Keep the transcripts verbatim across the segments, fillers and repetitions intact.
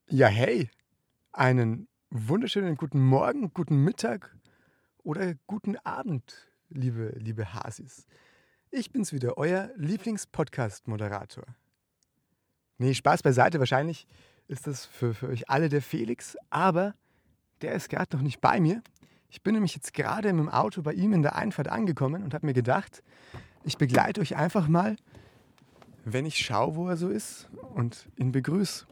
Ja, hey, einen wunderschönen guten Morgen, guten Mittag oder guten Abend, liebe, liebe Hasis. Ich bin's wieder, euer Lieblings-Podcast-Moderator. Nee, Spaß beiseite, wahrscheinlich ist das für, für euch alle der Felix, aber der ist gerade noch nicht bei mir. Ich bin nämlich jetzt gerade mit dem Auto bei ihm in der Einfahrt angekommen und habe mir gedacht, ich begleite euch einfach mal, wenn ich schaue, wo er so ist und ihn begrüße.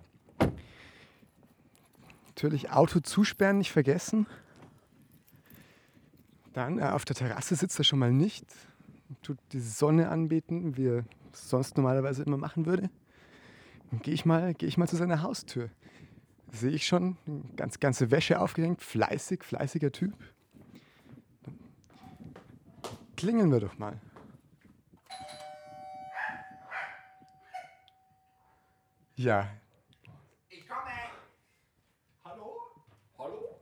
Natürlich Auto zusperren nicht vergessen. Dann äh, auf der Terrasse sitzt er schon mal nicht. Tut die Sonne anbeten, wie er es sonst normalerweise immer machen würde. Dann gehe ich mal, gehe ich mal zu seiner Haustür. Sehe ich schon, ganz, ganze Wäsche aufgehängt, fleißig, fleißiger Typ. Dann klingeln wir doch mal. Ja. Ich komme! Hallo? Hallo?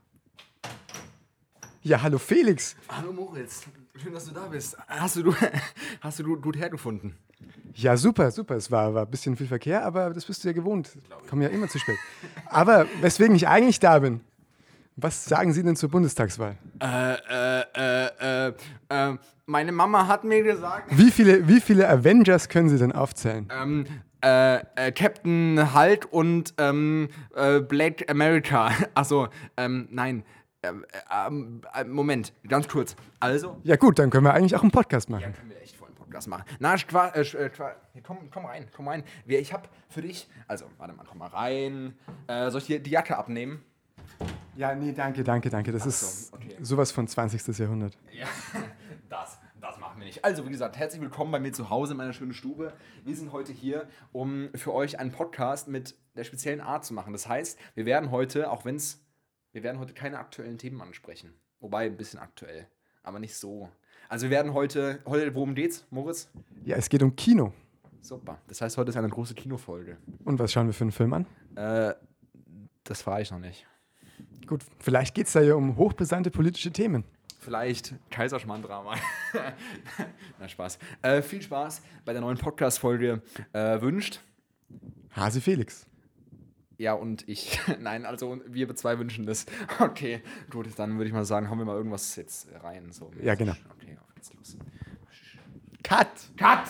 Ja, hallo Felix. Hallo Moritz, schön, dass du da bist. Hast du, hast du gut, gut hergefunden? Ja, super, super. Es war, war ein bisschen viel Verkehr, aber das bist du ja gewohnt. Ich komme ja immer zu spät. Aber weswegen ich eigentlich da bin, was sagen Sie denn zur Bundestagswahl? Äh, äh, äh, äh, äh, meine Mama hat mir gesagt, Wie viele, wie viele Avengers können Sie denn aufzählen? ähm, äh, äh, Captain Hulk und, ähm, äh, Black America. Achso, ähm, nein. Ähm, äh, ähm, äh, Moment, ganz kurz. Also, Ja gut, dann können wir eigentlich auch einen Podcast ja, machen. können wir echt voll einen Podcast machen. Na, Schwa, äh, Sch- äh, Schwa, hier, komm, komm rein, komm rein. Wir, ich hab für dich, also, warte mal, komm mal rein. Äh, soll ich dir die Jacke abnehmen? Ja, nee, danke, danke, danke. Das so, ist okay. sowas von zwanzigsten Jahrhundert. Ja, das, das machen wir nicht. Also, wie gesagt, herzlich willkommen bei mir zu Hause in meiner schönen Stube. Wir sind heute hier, um für euch einen Podcast mit der speziellen Art zu machen. Das heißt, wir werden heute, auch wenn es, wir werden heute keine aktuellen Themen ansprechen. Wobei, ein bisschen aktuell, aber nicht so. Also, wir werden heute, heute, worum geht's, Moritz? Ja, es geht um Kino. Super. Das heißt, heute ist eine große Kinofolge. Und was schauen wir für einen Film an? Äh, das frage ich noch nicht. Gut, vielleicht geht es da ja um hochbrisante politische Themen. Vielleicht Kaiserschmarrn-Drama. Na, Spaß. Äh, viel Spaß bei der neuen Podcast-Folge äh, wünscht. Hase Felix. Ja, und ich. Nein, also wir zwei wünschen das. Okay, gut, dann würde ich mal sagen, hauen wir mal irgendwas jetzt rein. So Ja, genau. Okay, auf geht's los. Cut! Cut!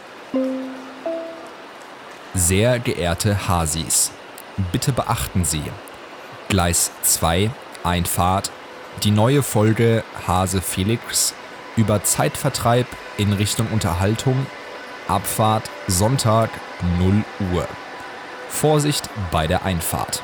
Sehr geehrte Hasis, bitte beachten Sie, Gleis zwei, Einfahrt, die neue Folge Hase Felix über Zeitvertreib in Richtung Unterhaltung, Abfahrt Sonntag null Uhr. Vorsicht bei der Einfahrt.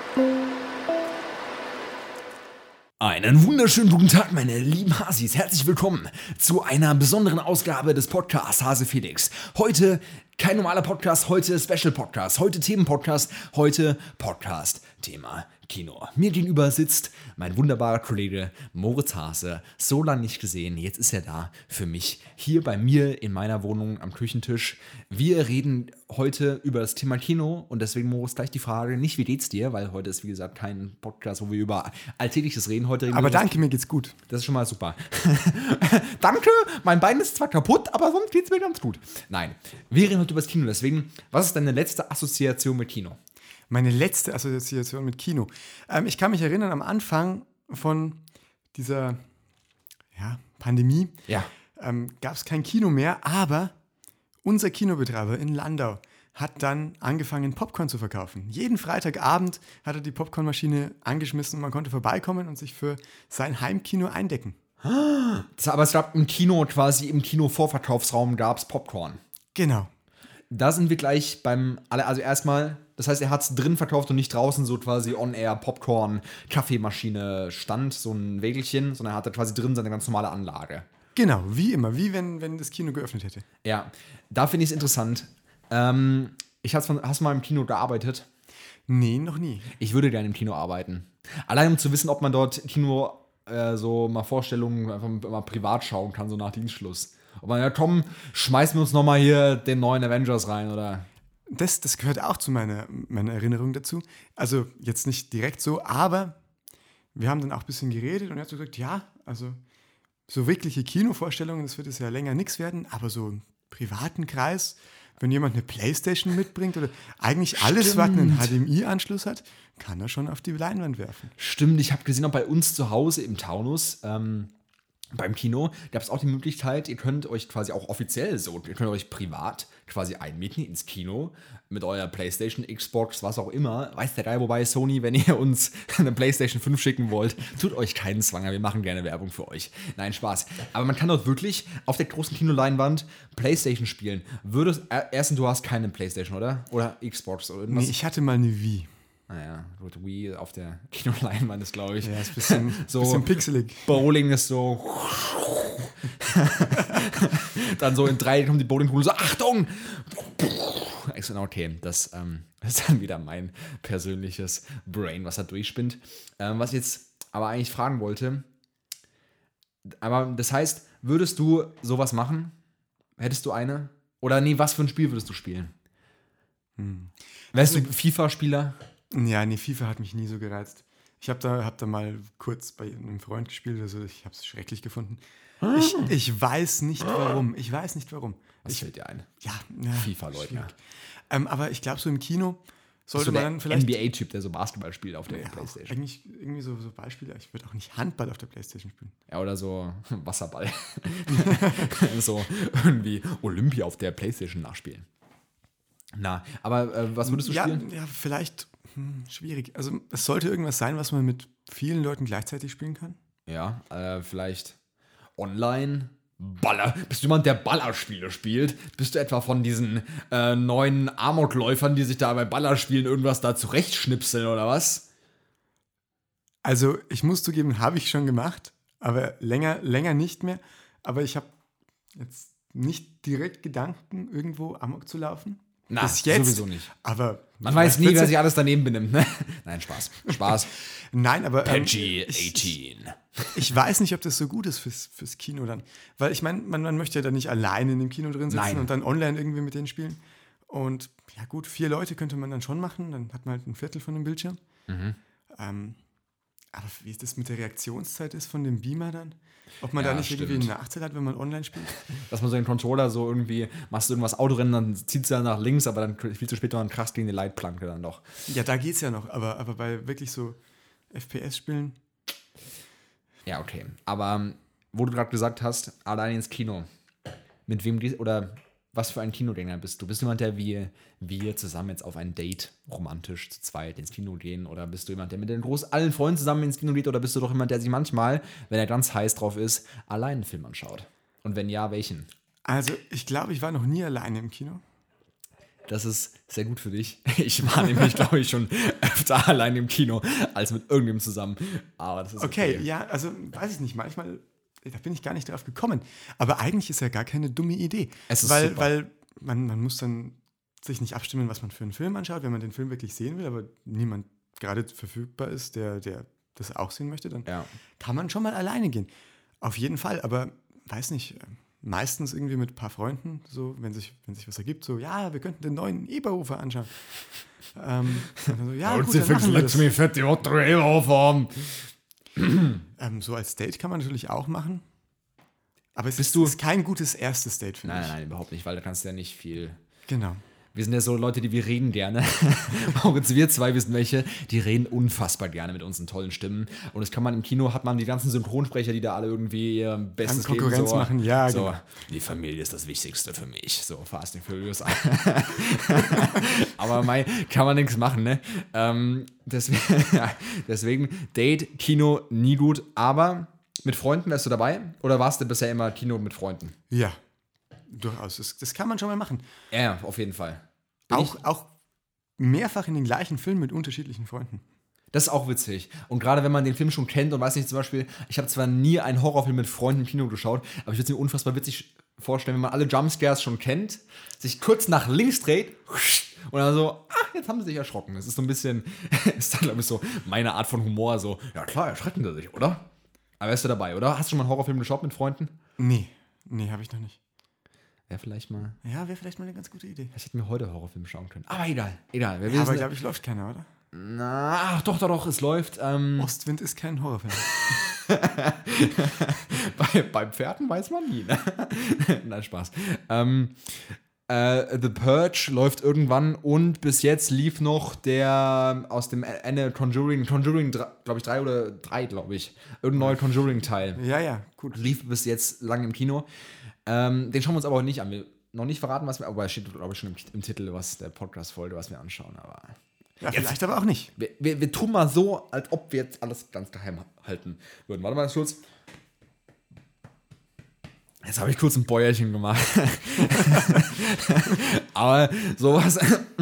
Einen wunderschönen guten Tag, meine lieben Hasis. Herzlich willkommen zu einer besonderen Ausgabe des Podcasts Hase Felix. Heute kein normaler Podcast, heute Special Podcast, heute Themenpodcast, heute Podcast Thema Kino. Mir gegenüber sitzt mein wunderbarer Kollege Moritz Hase. So lange nicht gesehen, jetzt ist er da für mich hier bei mir in meiner Wohnung am Küchentisch. Wir reden heute über das Thema Kino und deswegen, Moritz, gleich die Frage, nicht wie geht's dir, weil heute ist, wie gesagt, kein Podcast, wo wir über Alltägliches reden. Heute reden Aber wir über danke, mir geht's gut. das ist schon mal super. Danke, mein Bein ist zwar kaputt, aber sonst geht's mir ganz gut. Nein, wir reden heute über das Kino, deswegen, was ist deine letzte Assoziation mit Kino? Meine letzte Assoziation mit Kino. Ähm, ich kann mich erinnern, am Anfang von dieser ja, Pandemie Ja. ähm, gab es kein Kino mehr, aber unser Kinobetreiber in Landau hat dann angefangen, Popcorn zu verkaufen. Jeden Freitagabend hat er die Popcornmaschine angeschmissen und man konnte vorbeikommen und sich für sein Heimkino eindecken. Das, aber es gab im Kino, quasi im Kino-Vorverkaufsraum gab es Popcorn. Genau. Da sind wir gleich beim, also erstmal, das heißt, er hat es drin verkauft und nicht draußen so quasi on-air Popcorn, Kaffeemaschine stand, so ein Wägelchen, sondern er hatte quasi drin seine ganz normale Anlage. Genau, wie immer, wie wenn, wenn das Kino geöffnet hätte. Ja, da finde ich es interessant. Ähm, ich hast, hast du mal im Kino gearbeitet? Nee, noch nie. Ich würde gerne im Kino arbeiten. Allein um zu wissen, ob man dort Kino äh, so mal Vorstellungen einfach mal privat schauen kann, so nach Dienstschluss. Ob man ja, komm, schmeißen wir uns nochmal hier den neuen Avengers rein, oder? Das, das gehört auch zu meiner, meiner Erinnerung dazu. Also jetzt nicht direkt so, aber wir haben dann auch ein bisschen geredet und er hat so gesagt, ja, also so wirkliche Kinovorstellungen, das wird jetzt ja länger nichts werden, aber so im privaten Kreis wenn jemand eine Playstation mitbringt oder eigentlich alles, was einen H D M I-Anschluss hat, kann er schon auf die Leinwand werfen. Stimmt, ich habe gesehen, auch bei uns zu Hause im Taunus, ähm, beim Kino, gab es auch die Möglichkeit, ihr könnt euch quasi auch offiziell so, ihr könnt euch privat quasi einmieten ins Kino mit eurer Playstation, Xbox, was auch immer. Weiß der Geil, wobei Sony, wenn ihr uns eine Playstation fünf schicken wollt, tut euch keinen Zwang, wir machen gerne Werbung für euch. Nein, Spaß. Aber man kann dort wirklich auf der großen Kinoleinwand Playstation spielen. Würdest, erstens, du hast keine Playstation, oder? Oder Xbox oder irgendwas? Nee, ich hatte mal eine Wii. Naja, gut, Wii auf der Kinoleinwand ist, glaube ich. Ja, ist ein bisschen, so bisschen pixelig. Bowling ist so. Dann so in drei kommt die Bowlingkugel so, Achtung! Ich so, okay, das, ähm, das ist dann wieder mein persönliches Brain, was da durchspinnt. Ähm, was ich jetzt aber eigentlich fragen wollte, aber das heißt, würdest du sowas machen? Hättest du eine? Oder nee, was für ein Spiel würdest du spielen? Hm. Wärst du FIFA-Spieler? Ja, nee, FIFA hat mich nie so gereizt. Ich habe da, hab da mal kurz bei einem Freund gespielt, also ich habe es schrecklich gefunden. Ich, ich weiß nicht warum. Ich weiß nicht warum. Was ich, fällt dir ein? Ja, ja FIFA-Leute. Ähm, aber ich glaube, so im Kino sollte so man der dann vielleicht. N B A-Typ, der so Basketball spielt auf der Ja, Playstation. eigentlich irgendwie so, so Beispiele. Ich würde auch nicht Handball auf der Playstation spielen. Ja, oder so Wasserball. So irgendwie Olympia auf der Playstation nachspielen. Na, aber äh, was würdest du ja, spielen? Ja, vielleicht hm, schwierig. Also es sollte irgendwas sein, was man mit vielen Leuten gleichzeitig spielen kann. Ja, äh, vielleicht online. Baller. Bist du jemand, der Ballerspiele spielt? Bist du etwa von diesen äh, neuen Amokläufern, die sich da bei Ballerspielen irgendwas da zurechtschnipseln oder was? Also ich muss zugeben, habe ich schon gemacht, aber länger, länger nicht mehr. Aber ich habe jetzt nicht direkt Gedanken, irgendwo Amok zu laufen. Na, bis jetzt, sowieso nicht. Aber man weiß nie, wer sich alles daneben benimmt, ne? Nein, Spaß. Spaß. Nein, aber ähm, Peggy ich, achtzehn. Ich weiß nicht, ob das so gut ist fürs, fürs Kino dann. Weil ich meine, man, man möchte ja dann nicht alleine in dem Kino drin sitzen Nein. und dann online irgendwie mit denen spielen. Und ja gut, vier Leute könnte man dann schon machen, dann hat man halt ein Viertel von dem Bildschirm. Mhm. Ähm, aber wie das mit der Reaktionszeit ist von dem Beamer dann? Ob man Ja, da nicht stimmt. irgendwie einen Nachteil hat, wenn man online spielt? Dass man so den Controller so irgendwie, machst du irgendwas Autorennen, dann zieht es dann nach links, aber dann viel zu spät noch ein krass gegen die Leitplanke dann doch. Ja, da geht's ja noch, aber, aber bei wirklich so F P S-Spielen. Ja, okay. Aber ähm, wo du gerade gesagt hast, allein ins Kino. Mit wem gehst oder was für ein Kinogänger bist du? Bist du jemand, der wie wir zusammen jetzt auf ein Date romantisch zu zweit ins Kino gehen? Oder bist du jemand, der mit den groß allen Freunden zusammen ins Kino geht? Oder bist du doch jemand, der sich manchmal, wenn er ganz heiß drauf ist, allein einen Film anschaut? Und wenn ja, welchen? Also ich glaube, ich war noch nie alleine im Kino. Das ist sehr gut für dich. Ich war nämlich, glaube ich, schon öfter allein im Kino als mit irgendjemandem zusammen. Aber das ist okay. Okay, ja, also weiß ich nicht, manchmal, da bin ich gar nicht drauf gekommen. Aber eigentlich ist ja gar keine dumme Idee. Es ist weil super. weil man, man muss dann sich nicht abstimmen, was man für einen Film anschaut, wenn man den Film wirklich sehen will, aber niemand gerade verfügbar ist, der, der das auch sehen möchte, dann Ja. kann man schon mal alleine gehen. Auf jeden Fall, aber weiß nicht, meistens irgendwie mit ein paar Freunden, so, wenn sich, wenn sich was ergibt, so, ja, wir könnten den neuen Eberhofer anschauen. ähm, und dann so, ja, gut, dann machen wir das. fette Otto Eberhofer haben. Ähm, so als Date kann man natürlich auch machen. Aber es Bist ist, du- ist kein gutes erstes Date, finde Nein, ich. nein, überhaupt nicht, weil da kannst du ja nicht viel. Genau. Wir sind ja so Leute, die wir reden gerne. Auch jetzt wir zwei wissen welche, die reden unfassbar gerne mit unseren tollen Stimmen. Und das kann man im Kino, hat man die ganzen Synchronsprecher, die da alle irgendwie ihr Bestes Kann Konkurrenz geben. So, machen, ja, so, genau. die Familie ist das Wichtigste für mich. So, Fast and Furious. Aber mei, kann man nichts machen, ne? Ähm, deswegen, deswegen, Date, Kino, nie gut. Aber mit Freunden wärst du dabei? Oder warst du bisher immer Kino mit Freunden? Ja, durchaus. Das, das kann man schon mal machen. Ja, auf jeden Fall. Bin Auch, auch mehrfach in den gleichen Film mit unterschiedlichen Freunden. Das ist auch witzig. Und gerade wenn man den Film schon kennt und weiß nicht, zum Beispiel, ich habe zwar nie einen Horrorfilm mit Freunden im Kino geschaut, aber ich würde es mir unfassbar witzig vorstellen, wenn man alle Jumpscares schon kennt, sich kurz nach links dreht und dann so, ach, jetzt haben sie sich erschrocken. Das ist so ein bisschen, ist dann, glaube ich, so meine Art von Humor, so, ja klar, erschrecken sie sich, oder? Aber wärst du dabei, oder? Hast du schon mal einen Horrorfilm geschaut mit Freunden? Nee, nee, habe ich noch nicht. Ja, vielleicht mal. Ja, wäre vielleicht mal eine ganz gute Idee. Vielleicht hätten wir heute Horrorfilme schauen können. Aber egal, egal. Wir Ja, aber wissen, glaube ich, läuft keiner, oder? na, ach, doch, doch, doch, es läuft. Ähm, Ostwind ist kein Horrorfilm. Bei, beim Pferden weiß man nie, ne? Nein, Spaß. Ähm, Äh, The Purge läuft irgendwann und bis jetzt lief noch der aus dem Ende Conjuring, Conjuring, glaube ich, drei oder drei, glaube ich. Irgendein neuer Conjuring-Teil. Ja, ja, gut. Lief bis jetzt lang im Kino. Ähm, den schauen wir uns aber auch nicht an. Wir noch nicht verraten, was wir, aber es steht, glaube ich, schon im, im Titel, was der Podcast-Folge, was wir anschauen. Aber ja, vielleicht aber auch nicht. Wir, wir, wir tun mal so, als ob wir jetzt alles ganz geheim halten würden. Warte mal ganz kurz. Jetzt habe ich kurz ein Bäuerchen gemacht. Aber sowas.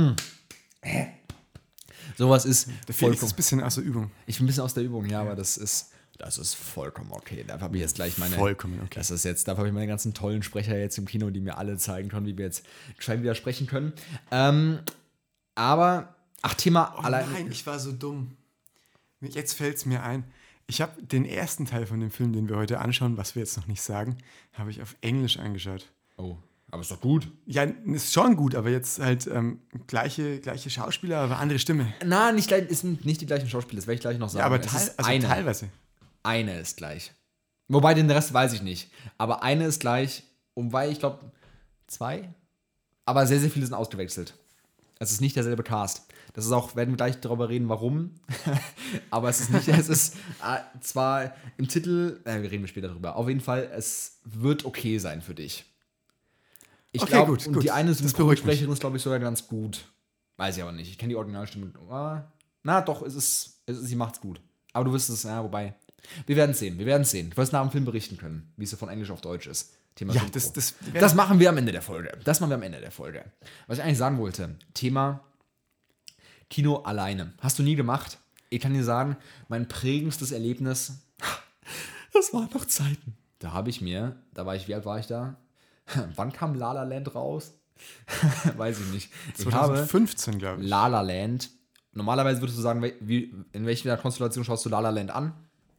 sowas ist. Der Felix ist ein bisschen aus der Übung. Ich bin ein bisschen aus der Übung, ja, aber das ist. Das ist vollkommen okay. Dafür habe ich jetzt gleich meine. Vollkommen okay. Das ist jetzt, dafür habe ich meine ganzen tollen Sprecher jetzt im Kino, die mir alle zeigen können, wie wir jetzt gescheit wieder sprechen können. Ähm, aber, ach, Thema Oh allein. nein, ich war so dumm. Jetzt fällt es mir ein. Ich habe den ersten Teil von dem Film, den wir heute anschauen, was wir jetzt noch nicht sagen, habe ich auf Englisch angeschaut. Oh, aber ist doch gut. Ja, ist schon gut, aber jetzt halt ähm, gleiche, gleiche Schauspieler, aber andere Stimme. Na, nicht gleich, ist nicht die gleichen Schauspieler, das werde ich gleich noch sagen. Ja, aber Es teil, ist also eine. teilweise. Eine ist gleich. Wobei den Rest weiß ich nicht. Aber eine ist gleich, und weil ich glaube, zwei. Aber sehr, sehr viele sind ausgewechselt. Es ist nicht derselbe Cast. Das ist auch, werden wir gleich darüber reden, warum. Aber es ist nicht, es ist äh, zwar im Titel, äh, wir reden später darüber, auf jeden Fall, es wird okay sein für dich. Ich Okay, glaube, gut, und gut. die eine Das beruhigt mich. Synchronsprecherin ist, glaube ich, sogar ganz gut. Weiß ich aber nicht. Ich kenne die Originalstimme. Ah, na doch, es ist, es ist, sie macht's gut. Aber du wirst es, ja, wobei. Wir werden es sehen, wir werden es sehen. Du wirst nach dem Film berichten können, wie es von Englisch auf Deutsch ist. Thema Ja, Synchro. das, das, Das machen wir am Ende der Folge. Das machen wir am Ende der Folge. Was ich eigentlich sagen wollte, Thema Kino alleine. Hast du nie gemacht? Ich kann dir sagen, mein prägendstes Erlebnis, das waren noch Zeiten. Da habe ich mir, da war ich, wie alt war ich da? Wann kam La La Land raus? Weiß ich nicht. Ich habe zwanzig fünfzehn, glaube ich. La La Land, normalerweise würdest du sagen, wie, in welcher Konstellation schaust du La La Land an?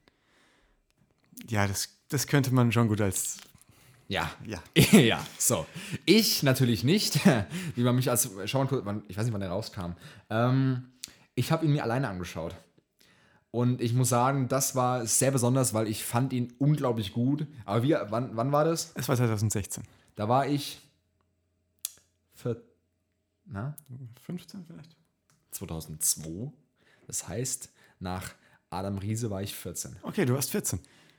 Ja, das, das könnte man schon gut als. Ja. Ja. ja, so. Ich natürlich nicht, wie man mich als, schau mal kurz, wann- ich weiß nicht, wann der rauskam. Ähm, ich habe ihn mir alleine angeschaut. Und ich muss sagen, das war sehr besonders, weil ich fand ihn unglaublich gut. Aber wie, wann, wann war das? Es war zwanzig sechzehn. Da war ich für, na, fünfzehn vielleicht? zweitausendzwei. Das heißt, nach Adam Riese war ich vierzehn. Okay, du warst vierzehn.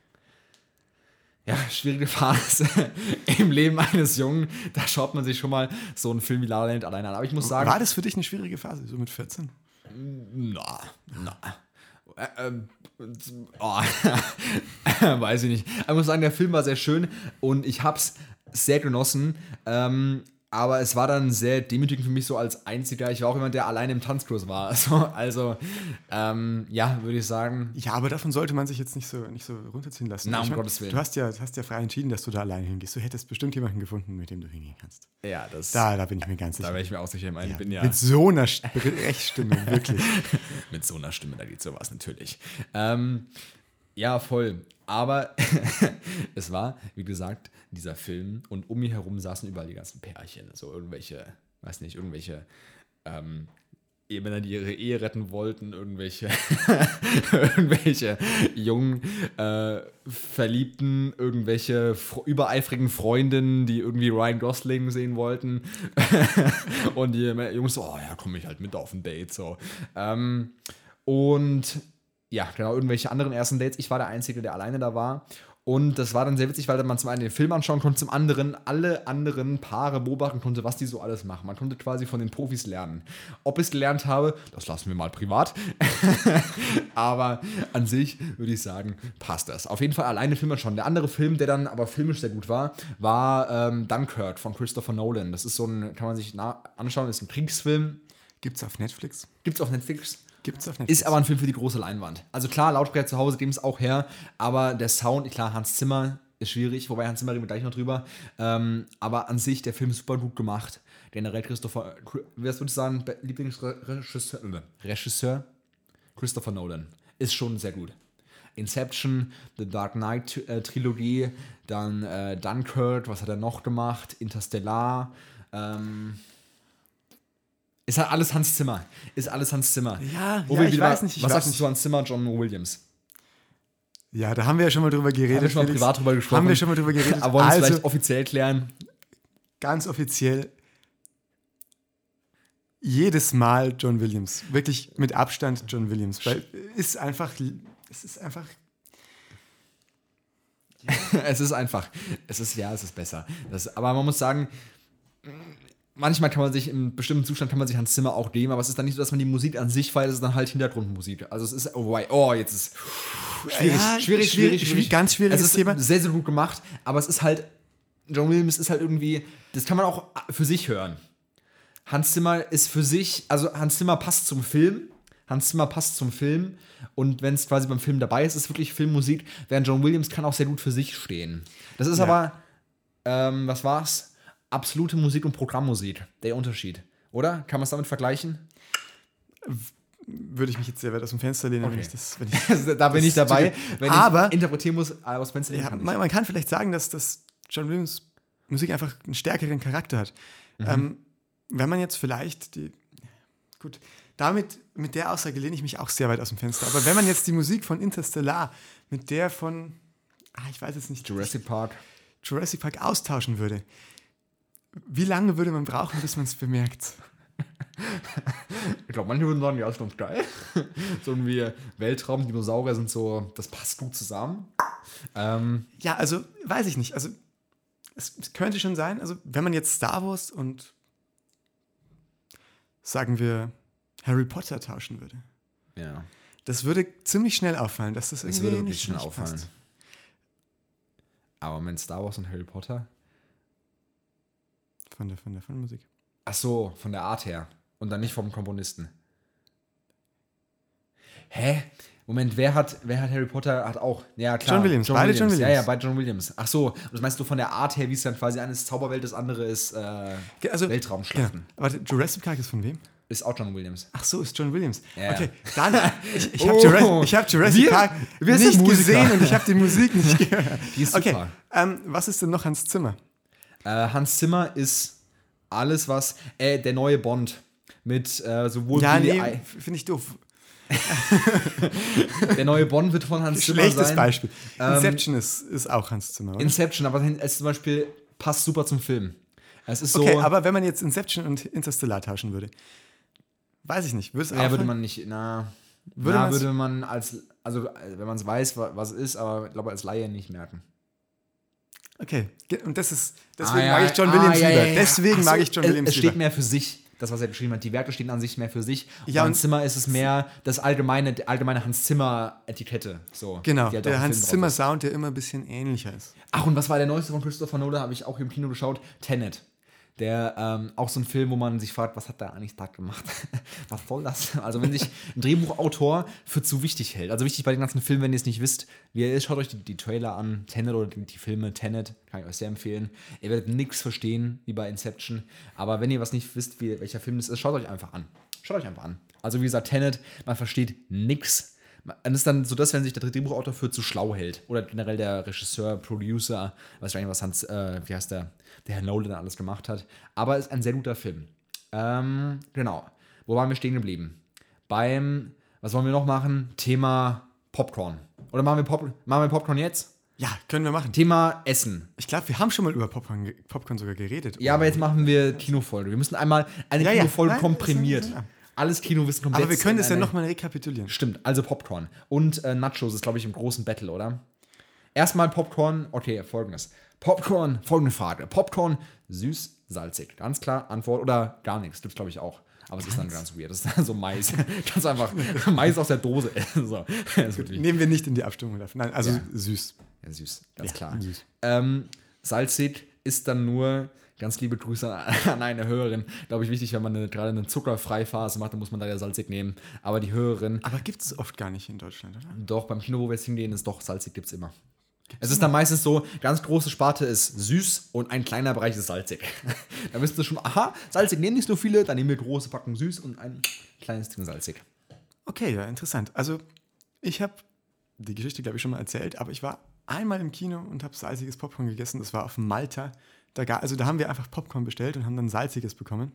Ja, schwierige Phase im Leben eines Jungen. Da schaut man sich schon mal so einen Film wie La La Land alleine an. Aber ich muss sagen, War das für dich eine schwierige Phase, so mit vierzehn? na, na. Äh, ähm, oh, weiß ich nicht. Ich muss sagen, der Film war sehr schön und ich hab's sehr genossen. Ähm, aber es war dann sehr demütigend für mich so als Einziger. Ich war auch jemand, der alleine im Tanzkurs war. Also, also ähm, ja, würde ich sagen. Ja, aber davon sollte man sich jetzt nicht so, nicht so runterziehen lassen. Na, um Ich mein, Gottes Willen. Du hast ja, hast ja frei entschieden, dass du da alleine hingehst. Du hättest bestimmt jemanden gefunden, mit dem du hingehen kannst. Ja, das. Da, da bin ich mir ganz Da sicher. wäre ich mir auch sicher. Ich meine, ich bin ja. Mit so einer Sprechstimme, wirklich. Mit so einer Stimme, da geht sowas natürlich. Ähm, ja, voll. Aber es war, wie gesagt, dieser Film und um mich herum saßen überall die ganzen Pärchen. So irgendwelche, weiß nicht, irgendwelche ähm, Ehemänner, die ihre Ehe retten wollten, irgendwelche, irgendwelche jungen, äh, Verliebten, irgendwelche fr- übereifrigen Freundinnen, die irgendwie Ryan Gosling sehen wollten. Und die Jungs so, oh ja, komm ich halt mit auf ein Date. So. Ähm, und ja, genau, irgendwelche anderen ersten Dates. Ich war der Einzige, der alleine da war. Und das war dann sehr witzig, weil man zum einen den Film anschauen konnte, zum anderen alle anderen Paare beobachten konnte, was die so alles machen. Man konnte quasi von den Profis lernen. Ob ich es gelernt habe, das lassen wir mal privat. Aber an sich würde ich sagen, passt das. Auf jeden Fall alleine Film anschauen. Der andere Film, der dann aber filmisch sehr gut war, war ähm, Dunkirk von Christopher Nolan. Das ist so ein, kann man sich na- anschauen, ist ein Kriegsfilm. Gibt's auf Netflix? Gibt's auf Netflix. Gibt's auf Netflix? Ist aber ein Film für die große Leinwand. Also klar, Lautsprecher zu Hause geben es auch her, aber der Sound, klar, Hans Zimmer ist schwierig, wobei Hans Zimmer reden wir gleich noch drüber. Ähm, aber an sich, der Film ist super gut gemacht. Generell Christopher, wer würde ich sagen, Be- Lieblingsregisseur? äh, Regisseur? Christopher Nolan. Ist schon sehr gut. Inception, The Dark Knight äh, Trilogie, dann äh, Dunkirk, was hat er noch gemacht? Interstellar, ähm... Ist halt alles Hans Zimmer. Ist alles Hans Zimmer. Ja, Wo ja, wir ich wieder- weiß nicht. Ich was weiß sagst du nicht. zu Hans Zimmer, John Williams? Ja, da haben wir ja schon mal drüber geredet. Haben wir schon mal Felix. privat drüber gesprochen. Haben wir schon mal drüber geredet. Aber wollen wir es Also, vielleicht offiziell klären? ganz offiziell, jedes Mal John Williams. Wirklich mit Abstand John Williams. Weil ist einfach, es ist einfach... es ist einfach, es ist, ja, es ist besser. Das, aber man muss sagen, manchmal kann man sich, im bestimmten Zustand kann man sich Hans Zimmer auch nehmen, aber es ist dann nicht so, dass man die Musik an sich feiert, es ist dann halt Hintergrundmusik. Also es ist, oh, oh jetzt ist schwierig, Ja, schwierig, schwierig, schwierig, ganz schwieriges es ist Thema. sehr, sehr gut gemacht, aber es ist halt, John Williams ist halt irgendwie, das kann man auch für sich hören. Hans Zimmer ist für sich, also Hans Zimmer passt zum Film, Hans Zimmer passt zum Film und wenn es quasi beim Film dabei ist, ist wirklich Filmmusik, während John Williams kann auch sehr gut für sich stehen. Das ist Ja. aber, ähm, was war's? Absolute Musik und Programmmusik, der Unterschied, oder? Kann man es damit vergleichen? Würde ich mich jetzt sehr weit aus dem Fenster lehnen, wenn Okay. ich das... Wenn ich, da bin ich dabei, wenn Aber- ich interpretieren muss, aus Fenster lehnen ja, kann ich. man, man kann vielleicht sagen, dass, dass John Williams Musik einfach einen stärkeren Charakter hat. Ähm, wenn man jetzt vielleicht die... Gut, damit, mit der Aussage lehne ich mich auch sehr weit aus dem Fenster. Aber wenn man jetzt die Musik von Interstellar mit der von... Ah, ich weiß jetzt nicht... Jurassic Park. Jurassic Park austauschen würde, wie lange würde man brauchen, bis man es bemerkt? Ich glaube, manche würden sagen, ja, ist ganz geil. So irgendwie Weltraum, Dinosaurier sind so, das passt gut zusammen. Ähm, Ja, also weiß ich nicht. Also es, es könnte schon sein, also wenn man jetzt Star Wars und sagen wir Harry Potter tauschen würde, ja, das würde ziemlich schnell auffallen, dass das das irgendwie würde wirklich nicht, schnell nicht auffallen. passt. Aber mit Star Wars und Harry Potter? Von der, von der von der Musik. Ach so, von der Art her. Und dann nicht vom Komponisten. Hä? Moment, wer hat, wer hat Harry Potter, hat auch, ja klar. John Williams, beide John Ja, Williams. ja, beide John Williams. Ach so, und das meinst du von der Art her, wie es dann quasi eine ist Zauberwelt, das andere ist äh, Ge- Also, Weltraumschlachten. Genau. Warte, Jurassic Park ist von wem? Ist auch John Williams. Ach so, ist John Williams. Ja. Okay, dann, ich, ich habe Oh. Jurassic, ich hab Jurassic Wir- Park wir sind nicht Musiker. gesehen und ich habe die Musik nicht gehört. Die ist super. Okay, ähm, was ist denn noch Hans Zimmer? Äh, Hans Zimmer ist alles, was, äh, der neue Bond mit äh, sowohl Ja, Billie nee, Ei- finde ich doof. der neue Bond wird von Hans Zimmer Schlechtes sein. Beispiel. Ähm, Inception ist, ist auch Hans Zimmer, oder? Inception, aber es zum Beispiel passt super zum Film. Es ist so, Okay, aber wenn man jetzt Inception und Interstellar tauschen würde, weiß ich nicht. Würde es ja, würde auffallen? man nicht, na, Würde na, man's- würde man als, also äh, wenn man es weiß, wa- was es ist, aber ich glaube als Laie nicht merken. Okay, ge- und das ist, deswegen Ah, ja, mag ich John ah, Williams ja, lieber. ja, ja. Deswegen Ach so, mag ich John es- Williams Es steht lieber. mehr für sich, das, was er geschrieben hat. Die Werke stehen an sich mehr für sich. Und Ja, Hans und- Zimmer ist es mehr das allgemeine, die allgemeine Hans Zimmer-Etikette. So, Genau, die halt der auch im Hans Film drauf Zimmer ist. Sound, der immer ein bisschen ähnlicher ist. Ach, und was war der neueste von Christopher Nolan? Habe ich auch im Kino geschaut. Tenet. Der, ähm, auch so ein Film, wo man sich fragt, was hat der eigentlich da gemacht? Was soll das? Also wenn sich ein Drehbuchautor für zu wichtig hält. Also wichtig bei den ganzen Filmen, wenn ihr es nicht wisst, wie er ist, schaut euch die, die Trailer an, Tenet oder die, die Filme Tenet, kann ich euch sehr empfehlen. Ihr werdet nichts verstehen, wie bei Inception. Aber wenn ihr was nicht wisst, wie, welcher Film das ist, schaut euch einfach an. Schaut euch einfach an. Also wie gesagt, Tenet, man versteht nichts. Es ist dann so, dass wenn sich der Drehbuchautor für zu schlau hält oder generell der Regisseur, Producer, weiß ich gar nicht, was Hans, äh, wie heißt der, der Herr Nolan alles gemacht hat. Aber es ist ein sehr guter Film. Ähm, genau. Wo waren wir stehen geblieben? Beim, was wollen wir noch machen? Thema Popcorn. Oder machen wir, Pop, machen wir Popcorn jetzt? Ja, können wir machen. Thema Essen. Ich glaube, wir haben schon mal über Popcorn, ge- Popcorn sogar geredet. Ja, aber jetzt machen wir Kinofolge. Wir müssen einmal eine Ja, ja. Kinofolge Nein, komprimiert. das ist- ja. Alles Kinowissen komplett. Aber wir können das ja in eine- nochmal rekapitulieren. Stimmt, also Popcorn. Und äh, Nachos ist, glaube ich, im großen Battle, oder? Erstmal Popcorn, okay, folgendes. Popcorn, folgende Frage. Popcorn, süß, salzig. Ganz klar, Antwort oder gar nichts. Gibt's, glaube ich, auch. Aber es ist dann ganz weird. Das ist dann so Mais. Ganz einfach Mais aus der Dose. so. Das ist wirklich, Nehmen wir nicht in die Abstimmung dafür. Nein, also Ja. süß. ja, süß, ganz Ja, klar. süß. Ähm, salzig ist dann nur, ganz liebe Grüße an eine Hörerin, glaube ich, wichtig, wenn man eine, gerade eine Zuckerfreiphase macht, dann muss man da ja salzig nehmen. Aber die Hörerin, Aber gibt es oft gar nicht in Deutschland, oder? doch, beim Kino, wo wir jetzt hingehen, ist doch salzig, gibt's immer. Es ist dann meistens so, ganz große Sparte ist süß und ein kleiner Bereich ist salzig. Da wisst ihr schon, aha, salzig nehmen nicht so viele, dann nehmen wir große Packung süß und ein kleines Ding salzig. Okay, ja, interessant. Also, ich habe die Geschichte, glaube ich, schon mal erzählt, aber ich war einmal im Kino und habe salziges Popcorn gegessen. Das war auf Malta. Da, ga- also, da haben wir einfach Popcorn bestellt und haben dann salziges bekommen.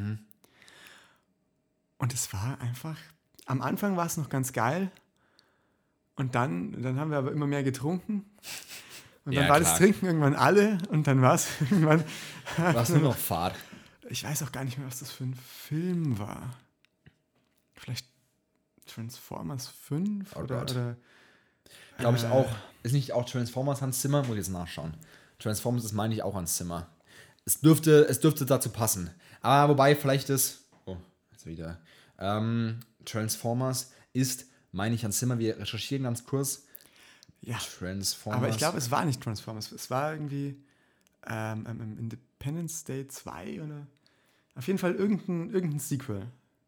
Und es war einfach, am Anfang war es noch ganz geil. Und dann, dann haben wir aber immer mehr getrunken. Und dann Ja, war klar. das Trinken irgendwann alle und dann war es irgendwann, Was nur noch Fahrt. Ich weiß auch gar nicht mehr, was das für ein Film war. Vielleicht Transformers fünf? Oh oder, Gott. oder Glaube ich äh, auch. Ist nicht auch Transformers Hans Zimmer? Muss ich jetzt nachschauen. Transformers ist, meine ich, auch Hans Zimmer. Es dürfte, es dürfte dazu passen. Aber wobei, vielleicht ist. Oh, jetzt wieder. Ähm, Transformers ist, meine ich, Hans Zimmer. Wir recherchieren ganz kurz. Ja, Transformers. aber ich glaube, es war nicht Transformers. Es war irgendwie ähm, ähm, Independence Day zwei oder auf jeden Fall irgendein, irgendein Sequel.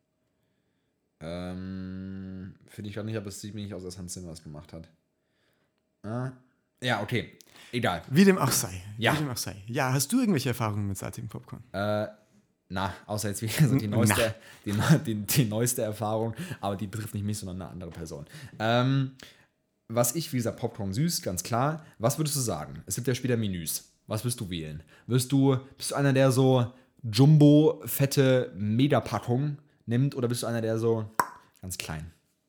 Ähm, finde ich gar nicht, aber es sieht mir nicht aus, als Hans Zimmer was gemacht hat. Ah. Ja, okay. Egal. Wie dem auch sei. Ja. Wie dem auch sei. Ja, hast du irgendwelche Erfahrungen mit salzigem Popcorn? Äh, na, außer jetzt wieder so die neueste, die, neu- die, die neueste Erfahrung, aber die betrifft nicht mich, sondern eine andere Person. Ähm, was ich, wie gesagt, Popcorn süß, ganz klar. Was würdest du sagen? Es gibt ja später Menüs. Was wirst du wählen? Wirst du, bist du einer, der so Jumbo, fette Megapackung nimmt oder bist du einer, der so ganz klein?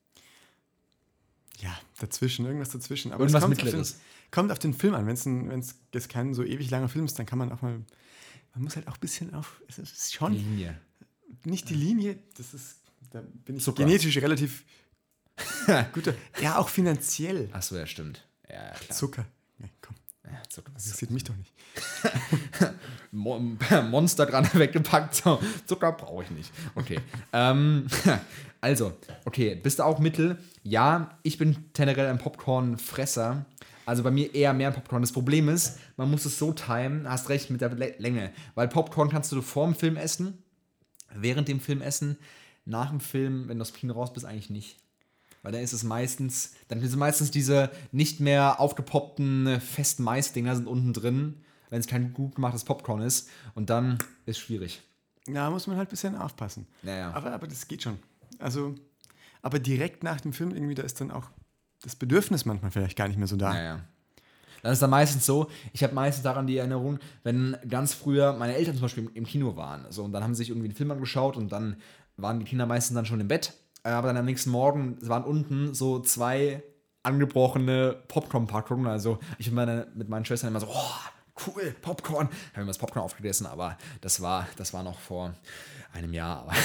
Ja, dazwischen, irgendwas dazwischen. Aber Irgendwas es kommt auf, den, Mittleres. kommt auf den Film an. Wenn es ein, jetzt kein so ewig langer Film ist, dann kann man auch mal, man muss halt auch ein bisschen auf, es ist schon Linie. nicht die Linie, das ist, da bin ich Zucker. genetisch relativ gut. Ja, auch finanziell. Achso, ja, stimmt. Ja, ja, klar. Zucker. Ja, komm, Ja, Zucker. das interessiert mich doch nicht. Mo- Monster dran weggepackt. So, Zucker brauche ich nicht. Okay. ähm, also, okay, bist du auch Mittel? Ja, ich bin generell ein Popcorn-Fresser. Also bei mir eher mehr Popcorn. Das Problem ist, man muss es so timen, hast recht mit der Le- Länge. Weil Popcorn kannst du vor dem Film essen, während dem Film essen, nach dem Film, wenn du aus dem Kino raus bist, eigentlich nicht. Weil dann ist es meistens, dann sind meistens diese nicht mehr aufgepoppten festen Maisdinger sind unten drin, wenn es kein gut gemachtes Popcorn ist. Und dann ist es schwierig. Da muss man halt ein bisschen aufpassen. Naja. Aber, aber das geht schon. Also, aber direkt nach dem Film irgendwie, da ist dann auch das Bedürfnis manchmal vielleicht gar nicht mehr so da. Naja. Dann ist dann meistens so, ich habe meistens daran die Erinnerung, wenn ganz früher meine Eltern zum Beispiel im Kino waren. So, und dann haben sie sich irgendwie einen Film angeschaut und dann waren die Kinder meistens dann schon im Bett. Aber dann am nächsten Morgen waren unten so zwei angebrochene Popcorn-Packungen. Also ich meine, mit meinen Schwestern immer so, oh, cool, Popcorn. Haben wir das Popcorn aufgegessen, aber das war, das war noch vor einem Jahr. Aber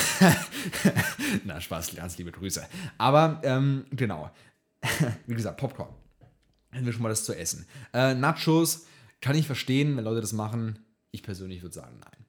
na, Spaß, ganz liebe Grüße. Aber ähm, genau, wie gesagt, Popcorn. Hätten wir schon mal das zu essen. Äh, Nachos kann ich verstehen, wenn Leute das machen. Ich persönlich würde sagen, nein.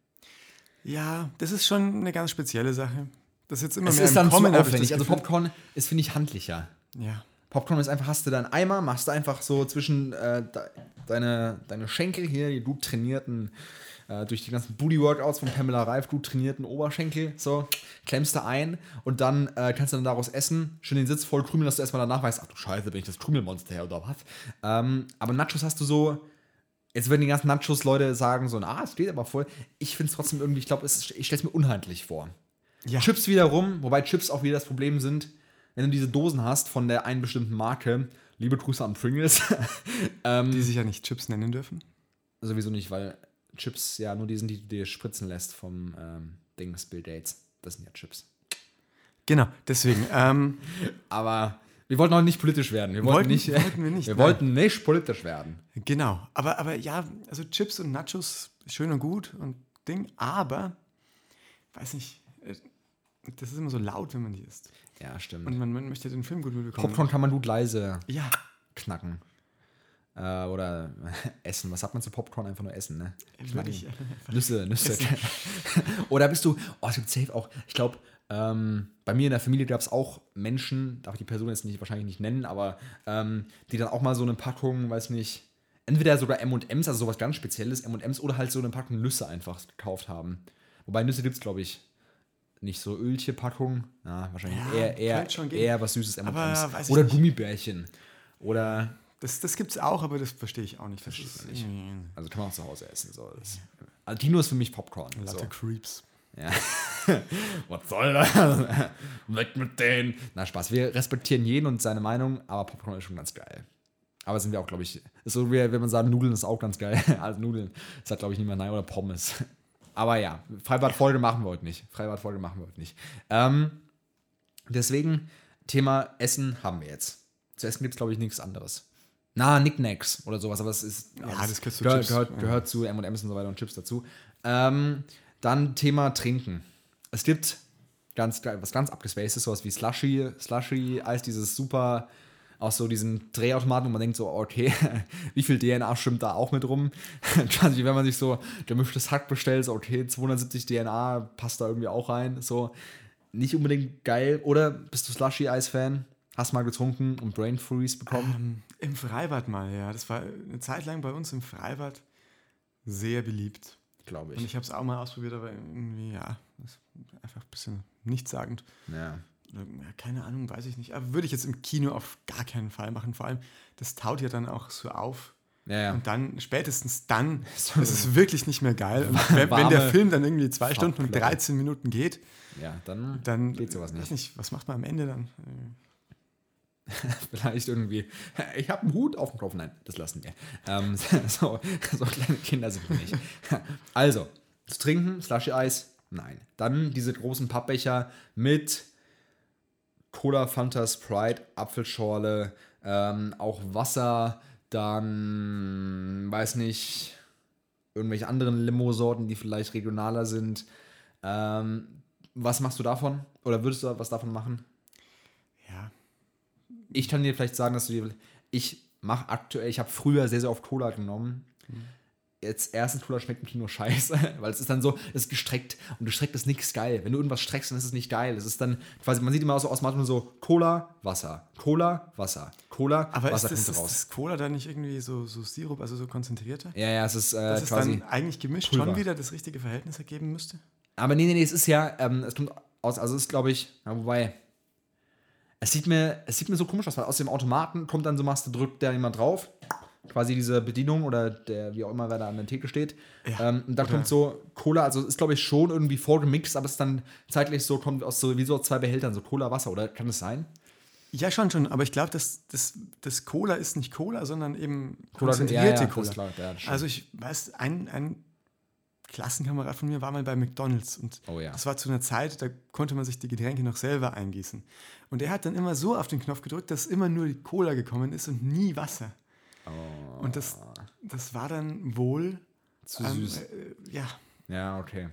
Ja, das ist schon eine ganz spezielle Sache. Das ist jetzt immer Es mehr ist im dann Kommen, zu habe ich aufwendig. das Also Gefühl. Popcorn ist, finde ich, handlicher. Ja. Popcorn ist einfach, hast du da einen Eimer, machst du einfach so zwischen äh, de, deine, deine Schenkel hier, die gut trainierten, äh, durch die ganzen Booty-Workouts von Pamela Reif, gut trainierten Oberschenkel, so, klemmst du ein und dann äh, kannst du dann daraus essen, schön den Sitz voll krümeln, dass du erstmal danach weißt, ach du Scheiße, bin ich das Krümelmonster her oder was? Ähm, aber Nachos hast du so, jetzt würden die ganzen Nachos-Leute sagen so, ah, es geht aber voll. Ich finde es trotzdem irgendwie, ich glaube, ich stelle es mir unhandlich vor. Ja. Chips wiederum, wobei Chips auch wieder das Problem sind, wenn du diese Dosen hast von der einen bestimmten Marke, liebe Grüße an Pringles, ähm, Die sich ja nicht Chips nennen dürfen. sowieso nicht, weil Chips ja nur die sind, die du dir spritzen lässt vom ähm, Dings Bill Gates. Das sind ja Chips. Genau, deswegen. Ähm, Aber wir wollten auch nicht politisch werden. Wir wollten, Wollten- nicht, wollten wir nicht, wir nein. wollten nicht politisch werden. genau. Aber, aber ja, also Chips und Nachos, schön und gut und Ding, aber, weiß nicht, äh, das ist immer so laut, wenn man die isst. Ja, stimmt. Und man, man möchte den Film gut mitbekommen. Popcorn kann man gut leise Ja, knacken. Äh, oder essen. Was hat man zu Popcorn? Einfach nur essen, ne? würde ich. Nüsse, Nüsse. Oder bist du, oh, es gibt safe auch, ich glaube, ähm, bei mir in der Familie gab es auch Menschen, darf ich die Person jetzt nicht, wahrscheinlich nicht nennen, aber ähm, die dann auch mal so eine Packung, weiß nicht, entweder sogar M und M's, also sowas ganz Spezielles, M und M's, oder halt so eine Packung Nüsse einfach gekauft haben. Wobei Nüsse gibt es, glaube ich, nicht so Ölche-Packung. Ja, wahrscheinlich Ja, eher, eher, könnte schon gehen. eher was Süßes M und Aber M's. weiß ich Oder nicht. Gummibärchen. Oder, Das, das gibt es auch, aber das verstehe ich auch nicht. Das Versteht ist man nicht. irgendwie also kann man auch zu Hause essen. So. Das, also Dino ist für mich Popcorn. Lauter So. Creeps. Ja. Was soll das? Weg mit denen. Na, Spaß. Wir respektieren jeden und seine Meinung, aber Popcorn ist schon ganz geil. Aber sind wir auch, glaube ich, ist so wie wenn man sagt, Nudeln ist auch ganz geil. Also Nudeln sagt, glaube ich, niemand nein oder Pommes. Aber ja, Freibad-Folge machen wir heute nicht. Freibad-Folge machen wir heute nicht. Ähm, deswegen, Thema Essen haben wir jetzt. Zu essen gibt es, glaube ich, nichts anderes. Na, Knickknacks oder sowas, aber es ist. Ja, das gehört zu gehört, Chips. gehört, Ja. gehört zu M und M's und so weiter und Chips dazu. Ähm, Dann Thema Trinken. Es gibt ganz, was ganz abgespacedes, sowas wie Slushy, Slushy, Eis, dieses super, aus so diesen Drehautomaten, wo man denkt so, okay, wie viel D N A schwimmt da auch mit rum? Quasi, wenn man sich so gemischtes Hack bestellt, so, okay, zweihundertsiebzig D N A passt da irgendwie auch rein, so, nicht unbedingt geil. Oder bist du Slushy-Eis-Fan? Hast mal getrunken und Brain Freeze bekommen? Ähm, Im Freibad mal, ja. Das war eine Zeit lang bei uns im Freibad sehr beliebt. Glaube Und ich. ich habe es auch mal ausprobiert, aber irgendwie, ja, das ist einfach ein bisschen nichtssagend. Ja. Ja, keine Ahnung, weiß ich nicht. Aber würde ich jetzt im Kino auf gar keinen Fall machen. Vor allem, das taut ja dann auch so auf. Ja, ja. Und dann, spätestens dann, So ist es wirklich nicht mehr geil. Und wenn, wenn der Film dann irgendwie zwei Stunden und Farbklappe. dreizehn Minuten geht, Ja, dann, dann geht sowas nicht. weiß nicht, was macht man am Ende dann? Vielleicht irgendwie, ich habe einen Hut auf dem Kopf. Nein, das lassen wir. Ähm, so, so kleine Kinder sind wir nicht. Also, zu trinken, Slushy-Eis, nein. Dann diese großen Pappbecher mit Cola, Fanta, Sprite, Apfelschorle, ähm, auch Wasser, dann, weiß nicht, irgendwelche anderen Limo-Sorten, die vielleicht regionaler sind. Ähm, was machst du davon? Oder würdest du was davon machen? Ja, Ich kann dir vielleicht sagen, dass du dir. Ich mache aktuell, ich habe früher sehr, sehr oft Cola genommen. Mhm. Jetzt erstens, Cola schmeckt im Kino scheiße, weil es ist dann so, es ist gestreckt und gestreckt ist nichts geil. Wenn du irgendwas streckst, dann ist es nicht geil. Es ist dann quasi, man sieht immer so aus dem Auto so Cola, Wasser, Cola, Wasser, Cola, aber Wasser ist das, kommt ist raus. das Cola dann nicht irgendwie so, so Sirup, also so konzentrierter? Ja, ja, es ist, äh, Das ist quasi. dann eigentlich gemischt Pulver. schon wieder das richtige Verhältnis ergeben müsste? Aber nee, nee, nee, es ist ja, ähm, es kommt aus, also es ist, glaube ich, ja, wobei. Es sieht, mir, es sieht mir so komisch aus, weil aus dem Automaten kommt dann so, machst du, drückt da jemand drauf, quasi diese Bedienung oder der, wie auch immer, wer da an der Theke steht. Ja, ähm, und da oder- kommt so Cola, also ist, glaube ich, schon irgendwie vorgemixt, aber es ist dann zeitlich so, kommt aus so, wie so zwei Behältern, so Cola, Wasser, oder kann das sein? Ja, schon, schon. Aber ich glaube, das, das, das Cola ist nicht Cola, sondern eben Cola, konzentrierte ja, ja, Cola. das ist klar, ja, das stimmt. Also ich weiß, ein, ein Klassenkamerad von mir war mal bei McDonald's und Oh ja. das war zu einer Zeit, da konnte man sich die Getränke noch selber eingießen. Und er hat dann immer so auf den Knopf gedrückt, dass immer nur die Cola gekommen ist und nie Wasser. Oh. Und das, das war dann wohl Zu ähm, süß. Äh, ja, Ja, okay.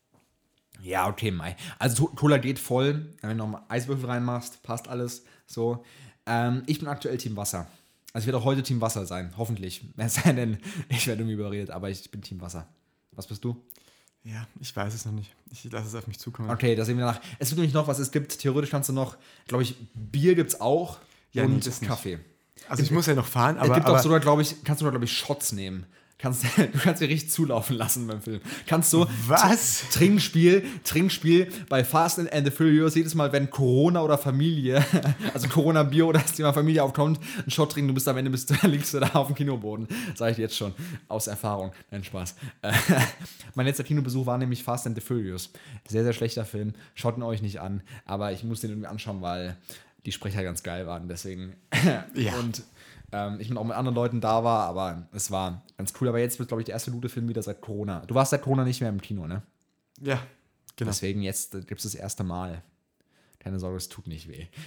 Ja, okay, Mai. Also Cola geht voll. Wenn du nochmal Eiswürfel reinmachst, passt alles. So. Ähm, ich bin aktuell Team Wasser. Also ich werde auch heute Team Wasser sein, hoffentlich. Es sei denn, ich werde irgendwie überredet, aber ich bin Team Wasser. Was bist du? ja, ich weiß es noch nicht. Ich lasse es auf mich zukommen. Okay, das sehen wir nach. Es gibt nämlich noch was, es gibt, theoretisch kannst du noch, glaube ich, Bier gibt es auch Ja, und nee, das nicht. Kaffee. Also ich muss ja noch fahren, Es aber, gibt aber auch sogar, glaube ich, kannst du sogar, glaube ich, Shots nehmen. Kannst, du kannst dir richtig zulaufen lassen beim Film. Kannst du was? Trinkspiel, Trinkspiel bei Fast and the Furious, jedes Mal, wenn Corona oder Familie, also Corona-Bier oder das Thema Familie aufkommt, einen Shot trinken, du bist am Ende, bist, liegst du da auf dem Kinoboden. Sag ich dir jetzt schon, aus Erfahrung. Nein, Spaß. Äh, mein letzter Kinobesuch war nämlich Fast and the Furious. Sehr, sehr schlechter Film. Schaut ihn euch nicht an, aber ich muss den irgendwie anschauen, weil die Sprecher ganz geil waren, deswegen. Ja. Und ähm, ich bin auch mit anderen Leuten da war, aber es war ganz cool. Aber jetzt wird, glaube ich, der erste gute Film wieder seit Corona. Du warst seit Corona nicht mehr im Kino, ne? Ja, genau. Deswegen jetzt äh, gibt es das erste Mal. Keine Sorge, es tut nicht weh.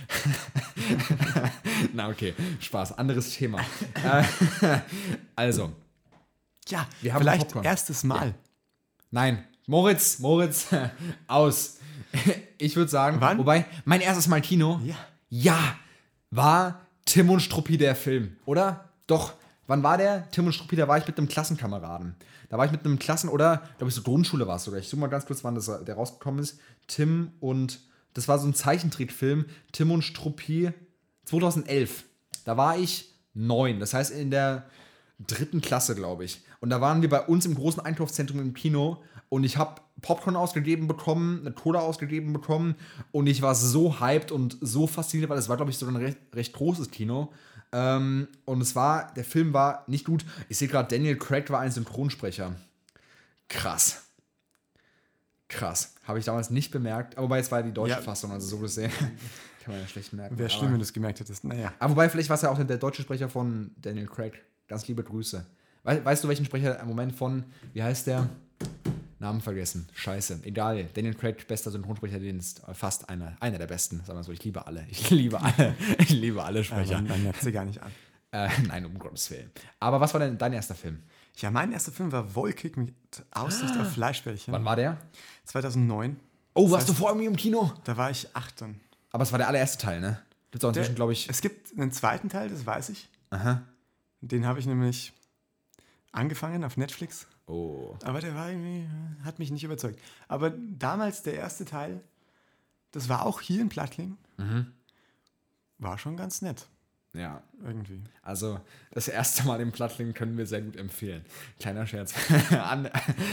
Na okay, Spaß. Anderes Thema. Äh, also, Ja, Wir haben vielleicht Popcorn. erstes Mal. nein. Moritz, Moritz, aus. Ich würde sagen, Wann? wobei, mein erstes Mal Kino, Ja. ja, war Tim und Struppi der Film, oder? Doch, wann war der? Tim und Struppi, da war ich mit einem Klassenkameraden. Da war ich mit einem Klassen- oder, glaube ich, so Grundschule war es sogar. Ich suche mal ganz kurz, wann das, der rausgekommen ist. Tim und, das war so ein Zeichentrickfilm, Tim und Struppi zweitausendelf. Da war ich neun, das heißt in der dritten Klasse, glaube ich. Und da waren wir bei uns im großen Einkaufszentrum im Kino und ich habe Popcorn ausgegeben bekommen, eine Cola ausgegeben bekommen und ich war so hyped und so fasziniert, weil es war, glaube ich, sogar ein recht, recht großes Kino. Ähm, und es war, der Film war nicht gut. Ich sehe gerade, Daniel Craig war ein Synchronsprecher. Krass. Krass. Habe ich damals nicht bemerkt, aber wobei es war ja die deutsche Ja. Fassung, also so gesehen. Kann man ja schlecht merken. Wäre aber- schlimm, wenn du es gemerkt hättest. Naja. aber wobei, vielleicht war es ja auch der deutsche Sprecher von Daniel Craig. Ganz liebe Grüße. We weißt du, welchen Sprecher im Moment von, wie heißt der? Namen vergessen. Scheiße. Egal. Daniel Craig, bester Synchronsprecherdienst. Fast einer. Einer der besten. Sagen wir mal so. Ich liebe alle. Ich liebe alle. Ich liebe alle Ja, Sprecher. man, man merkt sie gar nicht an. Äh, nein, um Gottes Willen. Aber was war denn dein erster Film? Ja, mein erster Film war Wolkig mit Aussicht auf Fleischbällchen. Wann war der? zweitausendneun. Oh, Das warst du heißt, vor mir im Kino? Da war ich acht dann. Aber es war der allererste Teil, ne? Das war inzwischen, glaube ich. Es gibt einen zweiten Teil, das weiß ich. Aha. Den habe ich nämlich angefangen auf Netflix. Oh. Aber der war irgendwie, hat mich nicht überzeugt. Aber damals der erste Teil, das war auch hier in Plattling, Mhm. war schon ganz nett. Ja. Irgendwie. Also, das erste Mal im Plattling können wir sehr gut empfehlen. Kleiner Scherz. An-